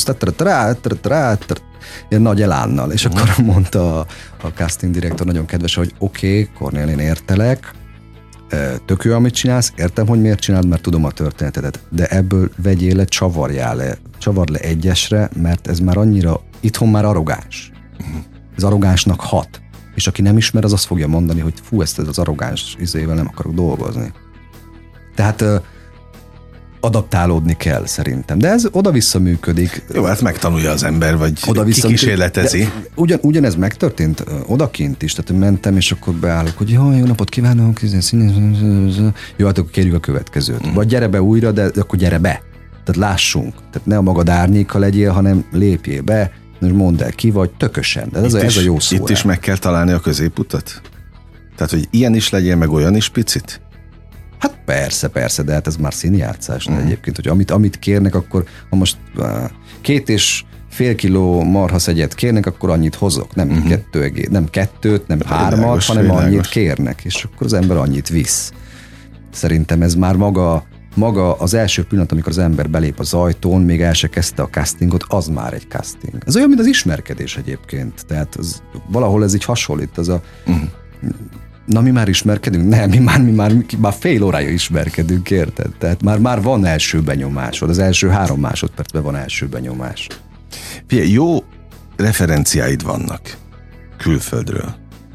Speaker 3: ilyen nagy elánnal, és uh-huh. akkor mondta a, a casting direktor nagyon kedvesen, hogy oké, okay, Cornél, én értelek, tök jó, amit csinálsz, értem, hogy miért csinálod, mert tudom a történetedet, de ebből vegyél le, csavarjál le, csavar le egyesre, mert ez már annyira, itthon már arrogáns. Uh-huh. Ez arrogánsnak hat. És aki nem ismer, az azt fogja mondani, hogy fú, ezt az arrogáns izével nem akarok dolgozni. Tehát adaptálódni kell szerintem. De ez oda-vissza működik.
Speaker 2: Jó, hát megtanulja az ember, vagy
Speaker 3: oda-vissza
Speaker 2: kikísérletezi.
Speaker 3: Ugyan, ugyanez megtörtént odakint is, tehát mentem, és akkor beállok, hogy jó, jó napot kívánok, jó, hát akkor kérjük a következőt. Mm. Vagy gyere be újra, de akkor gyere be. Tehát lássunk. Tehát ne a magad árnyéka legyél, hanem lépjél be, és mondd el ki vagy, tökösen. De ez, a, ez a jó szó.
Speaker 2: Itt is meg kell találni a középutat? Tehát, hogy ilyen is legyen, meg olyan is picit?
Speaker 3: Hát persze, persze, de hát ez már színjátszás. Mm. Egyébként, hogy amit, amit kérnek, akkor ha most uh, két és fél kiló marhaszegyet kérnek, akkor annyit hozok. Nem, mm-hmm. kettő, nem kettőt, nem hármat, világos, hanem világos. Annyit kérnek, és akkor az ember annyit visz. Szerintem ez már maga, maga az első pillanat, amikor az ember belép az ajtón, még el se kezdte a castingot, az már egy casting. Ez olyan, mint az ismerkedés egyébként. Tehát az, valahol ez így hasonlít. Az a, mm. Na, mi már ismerkedünk? Nem, mi már, mi már, mi már fél órája ismerkedünk, érted? Tehát már, már van első benyomásod, az első három másodpercben van első benyomás.
Speaker 2: Figyelj, jó referenciáid vannak külföldről,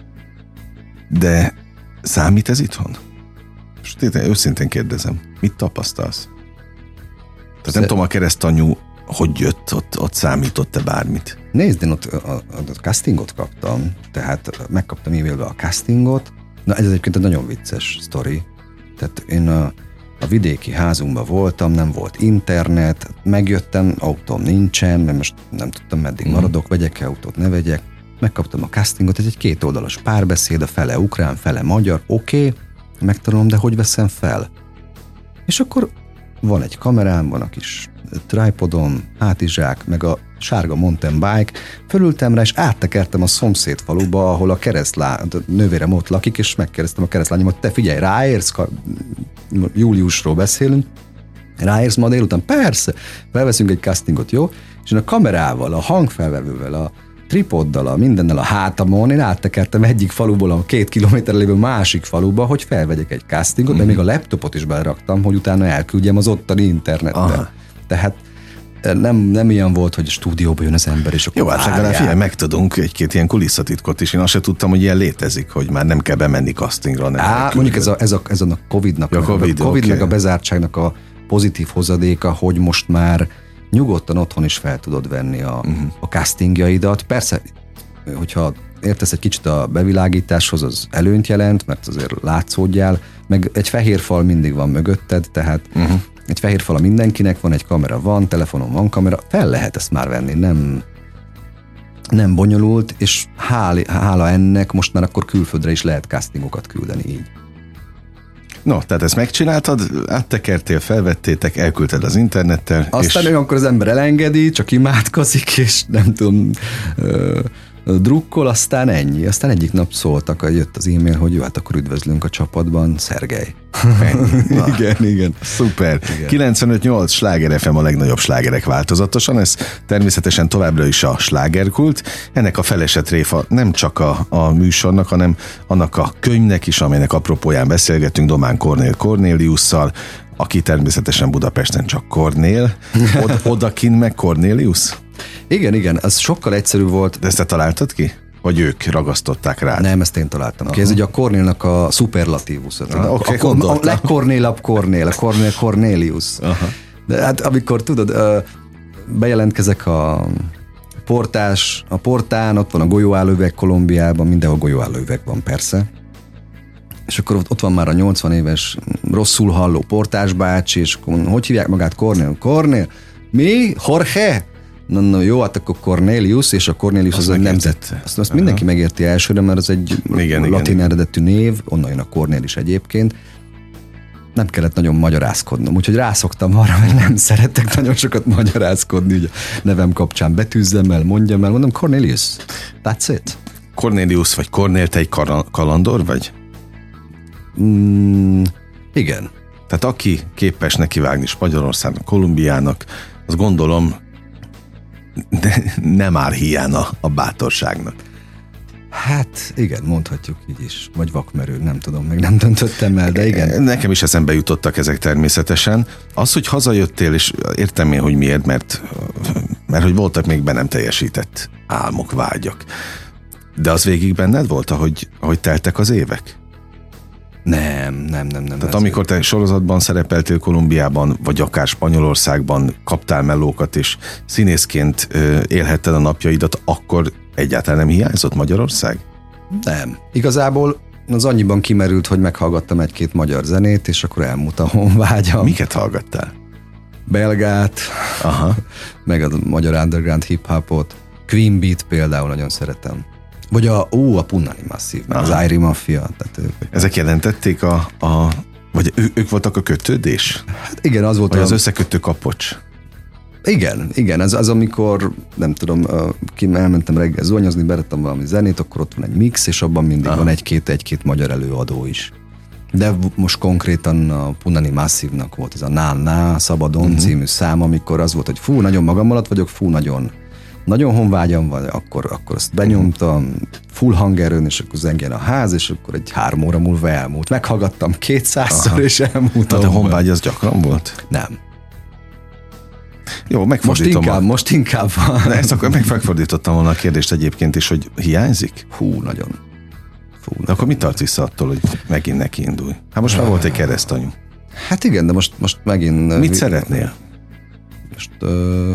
Speaker 2: de számít ez itthon? És őszintén kérdezem, mit tapasztalsz? Tehát Szer- nem tudom, a keresztanyú hogy jött, ott, ott számított-e bármit?
Speaker 3: Nézd, én ott a, a, a castingot kaptam, tehát megkaptam e-mailbe a castingot. Na, ez egyébként egy nagyon vicces sztori. Tehát én a, a vidéki házunkban voltam, nem volt internet, megjöttem, autóm nincsen, mert most nem tudtam, meddig mm. maradok, vegyek-e autót, ne vegyek. Megkaptam a castingot, ez egy kétoldalas párbeszéd, a fele ukrán, fele magyar, oké, okay, megtanulom, de hogy veszem fel? És akkor van egy kamerám, van a kis tripodom, hátizsák, meg a sárga mountain bike, fölültem rá, és áttekertem a szomszéd faluba, ahol a keresztlány, a nővérem ott lakik, és megkérdeztem a keresztlányomat, te figyelj, ráérsz? Júliusról beszélünk, ráérsz ma délután? Persze, felveszünk egy castingot, jó? És én a kamerával, a hangfelvevővel, a tripoddal, a mindennel a hátamon, én áttekertem egyik faluból a két kilométerre lévő másik faluba, hogy felvegyek egy castingot, mm-hmm. de még a laptopot is beleraktam, hogy utána elküldjem az ottani internetre. Aha. Tehát nem, nem ilyen volt, hogy stúdióba jön az ember, és akkor
Speaker 2: jó, hát legalább figyelj, megtudunk egy-két ilyen kulisszatitkot is. Én azt se tudtam, hogy ilyen létezik, hogy már nem kell bemenni castingra.
Speaker 3: Á, mondjuk ez a, ez a, ez a Covid-nak, ja, a COVID, a COVID okay. meg a bezártságnak a pozitív hozadéka, hogy most már nyugodtan otthon is fel tudod venni a, uh-huh. a castingjaidat. Persze, hogyha értesz egy kicsit a bevilágításhoz, az előnyt jelent, mert azért látszódjál, meg egy fehér fal mindig van mögötted, tehát uh-huh. egy fehér fal mindenkinek van, egy kamera van, telefonon van kamera, fel lehet ezt már venni, nem, nem bonyolult, és hála, hála ennek most már akkor külföldre is lehet castingokat küldeni így.
Speaker 2: No, tehát ezt megcsináltad, áttekertél, felvettétek, elküldted az internettel.
Speaker 3: Aztán
Speaker 2: és...
Speaker 3: olyankor az ember elengedi, csak imádkozik, és nem tudom, ö, drukkol, aztán ennyi. Aztán egyik nap szóltak, jött az e-mail, hogy jó, hát akkor üdvözlünk a csapatban, Szergej. igen, igen.
Speaker 2: Szuper. Igen. kilencvenöt nyolc Sláger ef em a legnagyobb slágerek változatosan, ez természetesen továbbra is a slágerkult. Ennek a felesett réfa nem csak a, a műsornak, hanem annak a könyvnek is, amelynek apropóján beszélgetünk Domán Kornél Kornéliusszal, aki természetesen Budapesten csak Kornél. Od, odakin meg Kornélius?
Speaker 3: Igen, igen, az sokkal egyszerűbb volt.
Speaker 2: De ezt te találtad ki? Vagy ők ragasztották rá?
Speaker 3: Nem, ezt én találtam ki. Ez ugye a Kornélnak a szuperlatívus.
Speaker 2: Ah, okay,
Speaker 3: a, a, a legkornélabb Kornél, a Kornél Kornélius. Aha. De hát amikor tudod, bejelentkezek a portás, a portán, ott van a golyóállóüveg Kolumbiában, mindenhol golyóállóüveg van persze. És akkor ott van már a nyolcvan éves rosszul halló portás bácsi, és hogy hívják magát? Kornél? Kornél? Mi? Jorge? Na, na jó, hát akkor Cornelius, és a Cornelius az, az egy nemzet. Azt, azt mindenki megérti elsőre, mert az egy igen, latin igen, eredetű név, onnan jön a Cornél is egyébként. Nem kellett nagyon magyarázkodnom, úgyhogy rászoktam arra, mert nem szeretek nagyon sokat magyarázkodni, ugye nevem kapcsán betűzzem el, mondjam el, mondom Cornelius, that's it.
Speaker 2: Cornelius vagy Kornél, te egy kar- kalandor vagy?
Speaker 3: Mm, igen.
Speaker 2: Tehát aki képes nekivágni Magyarországnak, Kolumbiának, azt gondolom, de nem áll hiána a bátorságnak.
Speaker 3: Hát igen, mondhatjuk így is. Vagy vakmerő, nem tudom, meg nem döntöttem el, de igen.
Speaker 2: Nekem is eszembe jutottak ezek természetesen. Az, hogy hazajöttél, és értem én, hogy miért, mert, mert hogy voltak még be nem teljesített álmok, vágyak. De az végig benned volt, ahogy, ahogy teltek az évek?
Speaker 3: Nem, nem, nem. nem
Speaker 2: Tehát amikor te sorozatban szerepeltél Kolumbiában, vagy akár Spanyolországban, kaptál mellókat, és színészként élhetted a napjaidat, akkor egyáltalán nem hiányzott Magyarország?
Speaker 3: Nem. Igazából az annyiban kimerült, hogy meghallgattam egy-két magyar zenét, és akkor elmúlt a honvágyam.
Speaker 2: Miket hallgattál?
Speaker 3: Belgát,
Speaker 2: aha,
Speaker 3: meg a magyar underground hip-hopot. Queen Beat például nagyon szeretem. Vagy a, ó, a Punani Massive, az Irie Mafia. Tehát ők,
Speaker 2: ezek jelentették a, a vagy ő, ők voltak a kötődés?
Speaker 3: Hát igen, az volt.
Speaker 2: Vagy
Speaker 3: a,
Speaker 2: az összekötő kapocs?
Speaker 3: Igen, igen, ez az, amikor, nem tudom, ki elmentem reggel zuhanyozni, berettem valami zenét, akkor ott van egy mix, és abban mindig aha. van egy-két, egy-két magyar előadó is. De most konkrétan a Punani Massive-nak volt ez a Na Na Szabadon uh-huh. című szám, amikor az volt, hogy fú, nagyon magam alatt vagyok, fú, nagyon nagyon honvágyam van, akkor, akkor azt benyomtam full hangerőn, és akkor zengjen a ház, és akkor egy három óra múlva elmúlt. Meghallgattam kétszázszor, és elmúlt.
Speaker 2: Tehát a honvágy az gyakran volt?
Speaker 3: Nem.
Speaker 2: Jó, megfordítom.
Speaker 3: Most inkább,
Speaker 2: a...
Speaker 3: most inkább van.
Speaker 2: De ezt akkor megfordítottam volna a kérdést egyébként is, hogy hiányzik?
Speaker 3: Hú, nagyon.
Speaker 2: Fú, de akkor mit tart vissza attól, hogy megint neki indulj? Hát most már volt egy keresztanyu.
Speaker 3: Hát igen, de most, most megint...
Speaker 2: Mit szeretnél?
Speaker 3: Most... Uh...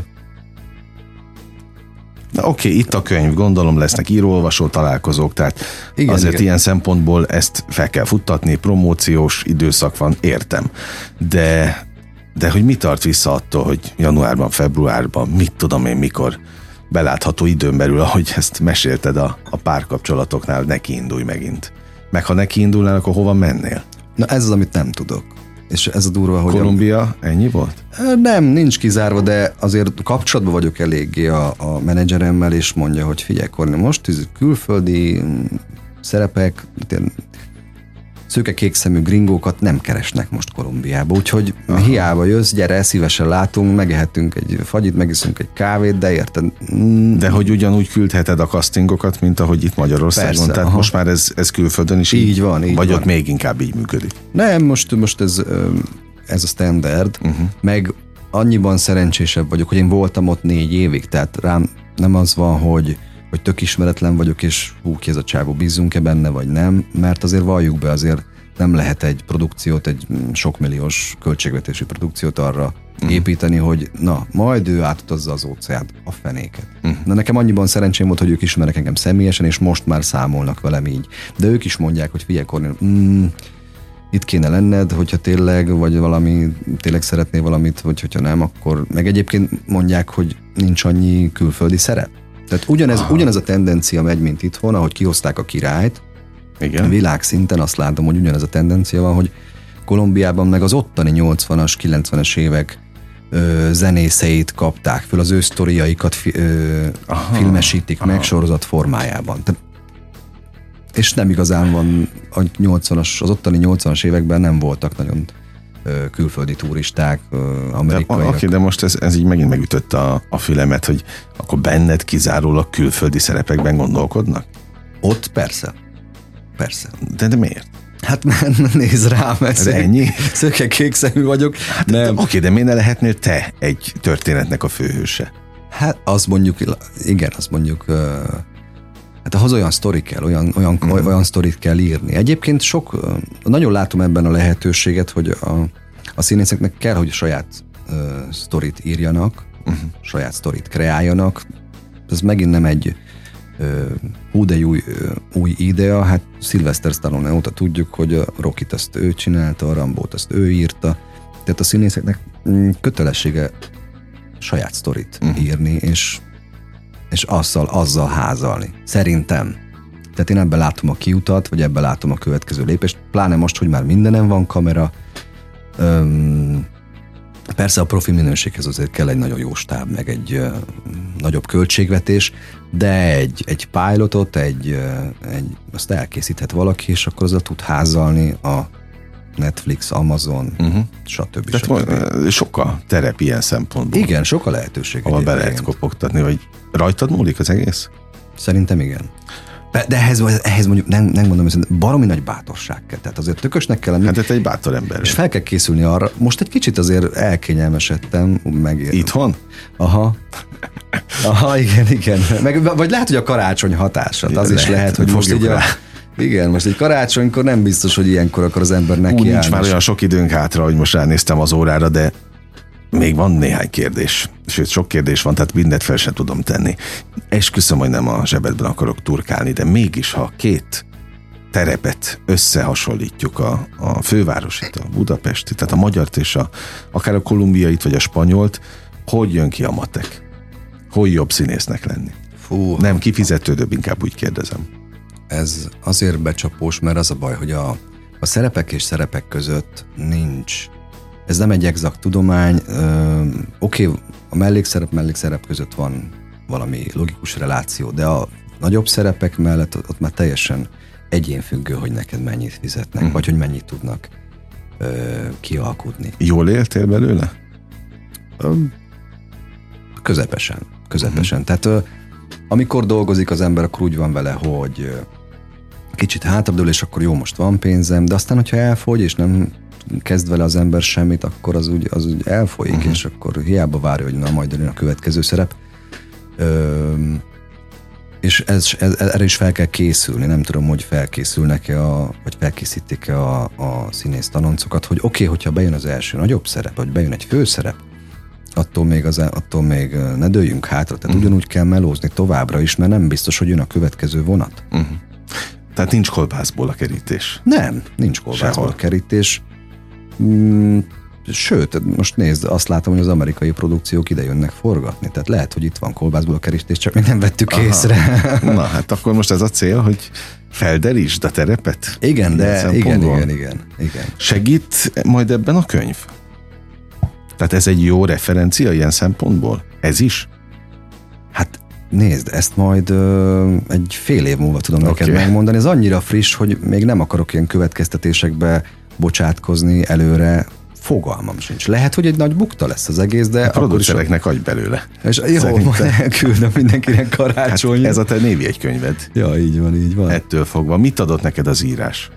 Speaker 2: Oké, okay, itt a könyv, gondolom lesznek író-olvasó találkozók, tehát igen, azért igen. Ilyen szempontból ezt fel kell futtatni, promóciós időszak van, értem. De, de hogy mi tart vissza attól, hogy januárban, februárban, mit tudom én mikor belátható időn belül, ahogy ezt mesélted a, a párkapcsolatoknál, neki indulj megint. Meg ha neki indulnál, akkor hova mennél?
Speaker 3: Na ez az, amit nem tudok. És ez a durva, hogy...
Speaker 2: Kolumbia, a... ennyi volt?
Speaker 3: Nem, nincs kizárva, de azért kapcsolatban vagyok eléggé a, a menedzseremmel, és mondja, hogy figyelj, Kornél, most külföldi szerepek, szőke-kék szemű gringókat nem keresnek most Kolumbiába, úgyhogy aha. hiába jössz, gyere, szívesen látunk, megehetünk egy fagyit, megiszünk egy kávét, de érted? Mm.
Speaker 2: De hogy ugyanúgy küldheted a castingokat, mint ahogy itt Magyarországon, persze, tehát aha. most már ez, ez külföldön is
Speaker 3: így, így van, így
Speaker 2: vagy
Speaker 3: van.
Speaker 2: Ott még inkább így működik?
Speaker 3: Nem, most, most ez, ez a standard, uh-huh. meg annyiban szerencsésebb vagyok, hogy én voltam ott négy évig, tehát rám nem az van, hogy hogy tök ismeretlen vagyok, és hú, ki ez a csávó, bízunk-e benne, vagy nem, mert azért valljuk be, azért nem lehet egy produkciót, egy sokmilliós költségvetési produkciót arra uh-huh. építeni, hogy na, majd ő átutazza az óceánt, a fenéket. Uh-huh. Na nekem annyiban szerencsém volt, hogy ők ismernek engem személyesen, és most már számolnak velem így. De ők is mondják, hogy figyelj, Kornél, mm, itt kéne lenned, hogyha tényleg, vagy valami, tényleg szeretnél valamit, vagy hogyha nem, akkor meg egyébként mondják, hogy nincs annyi külföldi szerep. Tehát ugyanez, ugyanez a tendencia megy, mint itthon, ahogy kihozták a királyt.
Speaker 2: Igen.
Speaker 3: Világszinten azt látom, hogy ugyanez a tendencia van, hogy Kolumbiában meg az ottani nyolcvanas, kilencvenes évek ö, zenészeit kapták föl, az ő sztoriaikat fi, ö, filmesítik aha. meg sorozat formájában. Tehát, és nem igazán van a nyolcvanas, az ottani nyolcvanas években nem voltak nagyon külföldi turisták, amerikaiak.
Speaker 2: Oké, de most ez, ez így megint megütötte a, a fülemet, hogy akkor benned kizárólag külföldi szerepekben gondolkodnak?
Speaker 3: Ott persze. Persze.
Speaker 2: De, de miért?
Speaker 3: Hát nézd rám, ez
Speaker 2: ennyi?
Speaker 3: Szöke-kék szemű vagyok.
Speaker 2: Hát, de, oké, de miért ne lehetnél te egy történetnek a főhőse?
Speaker 3: Hát azt mondjuk, igen, azt mondjuk hát ahhoz olyan sztori kell, olyan, olyan, mm. olyan sztorit kell írni. Egyébként sok, nagyon látom ebben a lehetőséget, hogy a, a színészeknek kell, hogy saját uh, sztorit írjanak, uh-huh. saját sztorit kreáljanak. Ez megint nem egy uh, hú de új, uh, új idea, hát Sylvester Stallone óta tudjuk, hogy a Rocky-t azt ő csinálta, a Rambót azt ő írta, tehát a színészeknek kötelessége saját sztorit uh-huh. írni, és és azzal, azzal házalni. Szerintem. Tehát én ebben látom a kiutat, vagy ebben látom a következő lépést, pláne most, hogy már mindenem van kamera. Öm, persze a profi minőséghez azért kell egy nagyon jó stáb, meg egy ö, nagyobb költségvetés, de egy, egy pilotot, egy, ö, egy, azt elkészíthet valaki, és akkor azzal tud házalni a Netflix, Amazon, uh-huh. stb.
Speaker 2: Tehát sok a terep ilyen szempontból.
Speaker 3: Igen, sok a lehetőség.
Speaker 2: Ahol be lehet kopogtatni, vagy rajtad múlik az egész?
Speaker 3: Szerintem igen. De ehhez, ehhez mondjuk nem, nem mondom, hogy baromi nagy bátorság kell. Tehát azért tökösnek kell lenni.
Speaker 2: Hát ez egy bátor ember.
Speaker 3: És fel kell készülni arra. Most egy kicsit azért elkényelmesedtem. Meg...
Speaker 2: Itthon?
Speaker 3: Aha. Aha, igen, igen. Meg, vagy lehet, hogy a karácsony hatása. Az is lehet, hogy most így a... Igen, most egy karácsonykor nem biztos, hogy ilyenkor akar az ember neki
Speaker 2: Úgy
Speaker 3: állni.
Speaker 2: nincs már olyan sok időnk hátra, hogy most ránéztem az órára, de még van néhány kérdés. Sőt, sok kérdés van, tehát mindent fel sem tudom tenni. Esküszöm, hogy nem a zsebedben akarok turkálni, de mégis, ha két terepet összehasonlítjuk, a, a fővárosit, a budapesti, tehát a magyart és a, akár a kolumbiait, vagy a spanyolt, hogy jön ki a matek? Hogy jobb színésznek lenni?
Speaker 3: Fú,
Speaker 2: nem kifizetődőbb, inkább úgy kérdezem.
Speaker 3: Ez azért becsapós, mert az a baj, hogy a, a szerepek és szerepek között nincs. Ez nem egy exakt tudomány. Oké, okay, a mellékszerep, mellékszerep között van valami logikus reláció, de a nagyobb szerepek mellett ott már teljesen egyénfüggő, hogy neked mennyit fizetnek, uh-huh. vagy hogy mennyit tudnak ö, kialkudni. Jól
Speaker 2: éltél belőle?
Speaker 3: Közepesen. Közepesen. Uh-huh. Tehát ö, amikor dolgozik az ember, akkor úgy van vele, hogy kicsit hátradől, és akkor jó, most van pénzem, de aztán, hogyha elfogy, és nem kezd vele az ember semmit, akkor az úgy, az úgy elfolyik, uh-huh. és akkor hiába várja, hogy na, majd jön a következő szerep. Ö, és ez, ez, erre is fel kell készülni. Nem tudom, hogy felkészülnek-e, a, vagy felkészítik-e a, a színész tanoncokat, hogy oké, okay, hogyha bejön az első nagyobb szerep, vagy bejön egy főszerep, attól még, az, attól még ne dőljünk hátra. Tehát uh-huh. ugyanúgy kell melózni továbbra is, mert nem biztos, hogy jön a következő vonat.
Speaker 2: Uh-huh. Tehát nincs kolbászból a kerítés?
Speaker 3: Nem, nincs kolbászból Sehol. a kerítés. Mm, sőt, most nézd, azt látom, hogy az amerikai produkciók ide jönnek forgatni. Tehát lehet, hogy itt van kolbászból a kerítés, csak még nem vettük Aha. észre.
Speaker 2: Na, hát akkor most ez a cél, hogy felderítsd a terepet?
Speaker 3: Igen, de igen, igen, igen, igen.
Speaker 2: Segít majd ebben a könyv? Tehát ez egy jó referencia ilyen szempontból? Ez is?
Speaker 3: Hát nézd, ezt majd ö, egy fél év múlva tudom okay. neked megmondani. Ez annyira friss, hogy még nem akarok ilyen következtetésekbe bocsátkozni előre. Fogalmam sincs. Lehet, hogy egy nagy bukta lesz az egész, de...
Speaker 2: A producereknek adj belőle.
Speaker 3: És jó, majd elküldöm mindenkinek karácsony.
Speaker 2: Hát ez a te névjegykönyved.
Speaker 3: Ja, így van, így van.
Speaker 2: Ettől fogva. Mit adott neked az írás?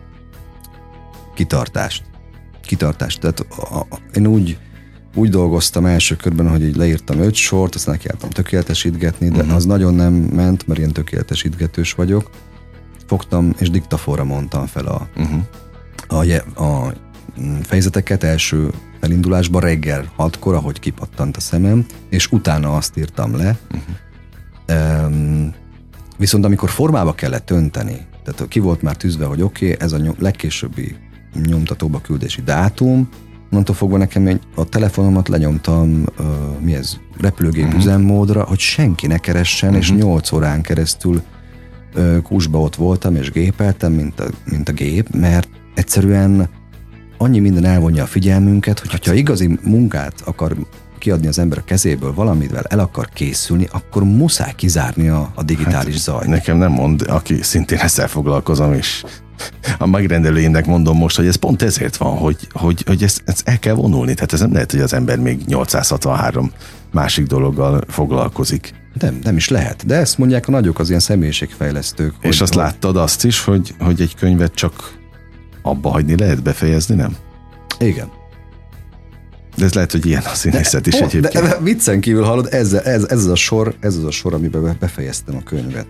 Speaker 3: Kitartást. Kitartást. Tehát a, a, én úgy úgy dolgoztam első körben, hogy így leírtam öt sort, aztán nekiálltam tökéletesítgetni, de uh-huh. az nagyon nem ment, mert én tökéletesítgetős vagyok. Fogtam, és diktafonra mondtam fel a, uh-huh. a, a fejezeteket első felindulásban reggel hatkor, ahogy kipattant a szemem, és utána azt írtam le. Uh-huh. Um, viszont amikor formába kellett önteni, tehát ki volt már tűzve, hogy oké, okay, ez a nyom, legkésőbbi nyomtatóba küldési dátum, onnantól fogva nekem egy, a telefonomat lenyomtam, uh, mi ez, repülőgép uh-huh. üzemmódra, hogy senki ne keressen, uh-huh. és nyolc órán keresztül uh, kúsba ott voltam, és gépeltem, mint a, mint a gép, mert egyszerűen annyi minden elvonja a figyelmünket, hogy ha igazi munkát akar kiadni az ember a kezéből, valamivel el akar készülni, akkor muszáj kizárni a, a digitális hát, zajt.
Speaker 2: Nekem nem mond, aki szintén ezzel foglalkozom, és a megrendelőimnek mondom most, hogy ez pont ezért van, hogy, hogy, hogy ezt, ezt el kell vonulni. Tehát ez nem lehet, hogy az ember még nyolcszázhatvanhárom másik dologgal foglalkozik.
Speaker 3: Nem, nem is lehet. De ezt mondják a nagyok, az ilyen személyiségfejlesztők.
Speaker 2: És hogy, azt hogy... láttad azt is, hogy, hogy egy könyvet csak abba hagyni lehet, befejezni, nem?
Speaker 3: Igen.
Speaker 2: De ez lehet, hogy ilyen a színészet is
Speaker 3: pont,
Speaker 2: egyébként.
Speaker 3: De viccen kívül hallod, ez, ez, ez, az a sor, ez az a sor, amiben befejeztem a könyvet.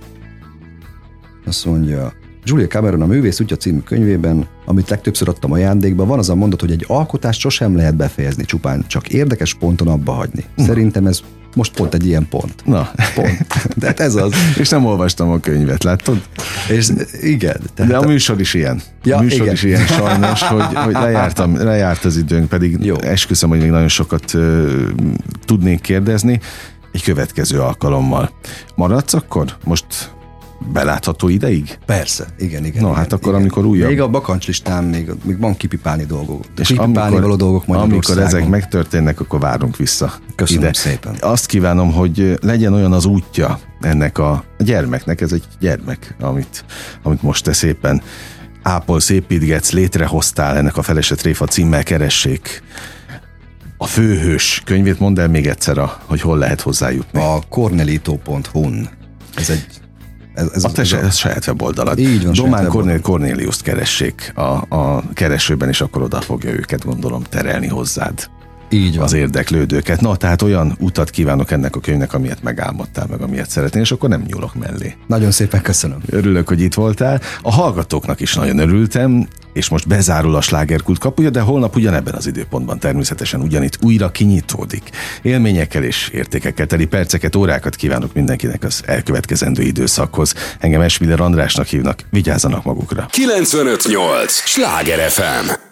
Speaker 3: Azt mondja, Julia Cameron a Művész útja című könyvében, amit legtöbbször adtam ajándékba, van az a mondat, hogy egy alkotást sosem lehet befejezni, csupán csak érdekes ponton abba hagyni. Szerintem ez most pont egy ilyen pont.
Speaker 2: Na.
Speaker 3: Pont. De hát ez az.
Speaker 2: És nem olvastam a könyvet, látod?
Speaker 3: És igen.
Speaker 2: De a műsor is ilyen.
Speaker 3: Ja,
Speaker 2: a műsor
Speaker 3: igen.
Speaker 2: is ilyen sajnos, hogy, hogy lejártam, lejárt az időnk, pedig jó. Esküszöm, hogy még nagyon sokat uh, tudnék kérdezni egy következő alkalommal. Maradsz akkor? Most belátható ideig?
Speaker 3: Persze, igen, igen.
Speaker 2: No,
Speaker 3: igen,
Speaker 2: hát akkor,
Speaker 3: igen.
Speaker 2: amikor újabb...
Speaker 3: Még a bakancslistán még, még van kipipálni dolgok.
Speaker 2: És
Speaker 3: kipipálni
Speaker 2: amikor,
Speaker 3: való dolgok Magyarországon.
Speaker 2: amikor ezek megtörténnek, akkor várunk vissza.
Speaker 3: Köszönöm
Speaker 2: ide.
Speaker 3: szépen.
Speaker 2: Azt kívánom, hogy legyen olyan az útja ennek a gyermeknek, ez egy gyermek, amit, amit most te szépen ápolsz, építgetsz, létrehoztál, ennek a Felese Tréfa címmel keressék. A Főhős könyvét mondd el még egyszer, a, hogy hol lehet hozzájutni.
Speaker 3: A cornelito pont hu-n. Ez egy
Speaker 2: Ez, ez, a te ez, ez saját weboldalad.
Speaker 3: Így van,
Speaker 2: Domán Kornél Kornéliuszt keressék a, a keresőben, és akkor oda fogja őket, gondolom, terelni hozzád.
Speaker 3: Így van.
Speaker 2: Az érdeklődőket. Na, tehát olyan utat kívánok ennek a könyvnek, amilyet megálmodtál, meg amilyet szeretnél, és akkor nem nyúlok mellé.
Speaker 3: Nagyon szépen köszönöm.
Speaker 2: Örülök, hogy itt voltál. A hallgatóknak is nagyon örültem, és most bezárul a Slágerkult kapuja, de holnap ugyanebben az időpontban természetesen ugyanitt újra kinyitódik. Élményekkel és értékekkel teli perceket, órákat kívánok mindenkinek az elkövetkezendő időszakhoz. Engem Esmiller Andrásnak hívnak, vigyázzanak magukra.
Speaker 1: kilencvenöt nyolc Sláger ef em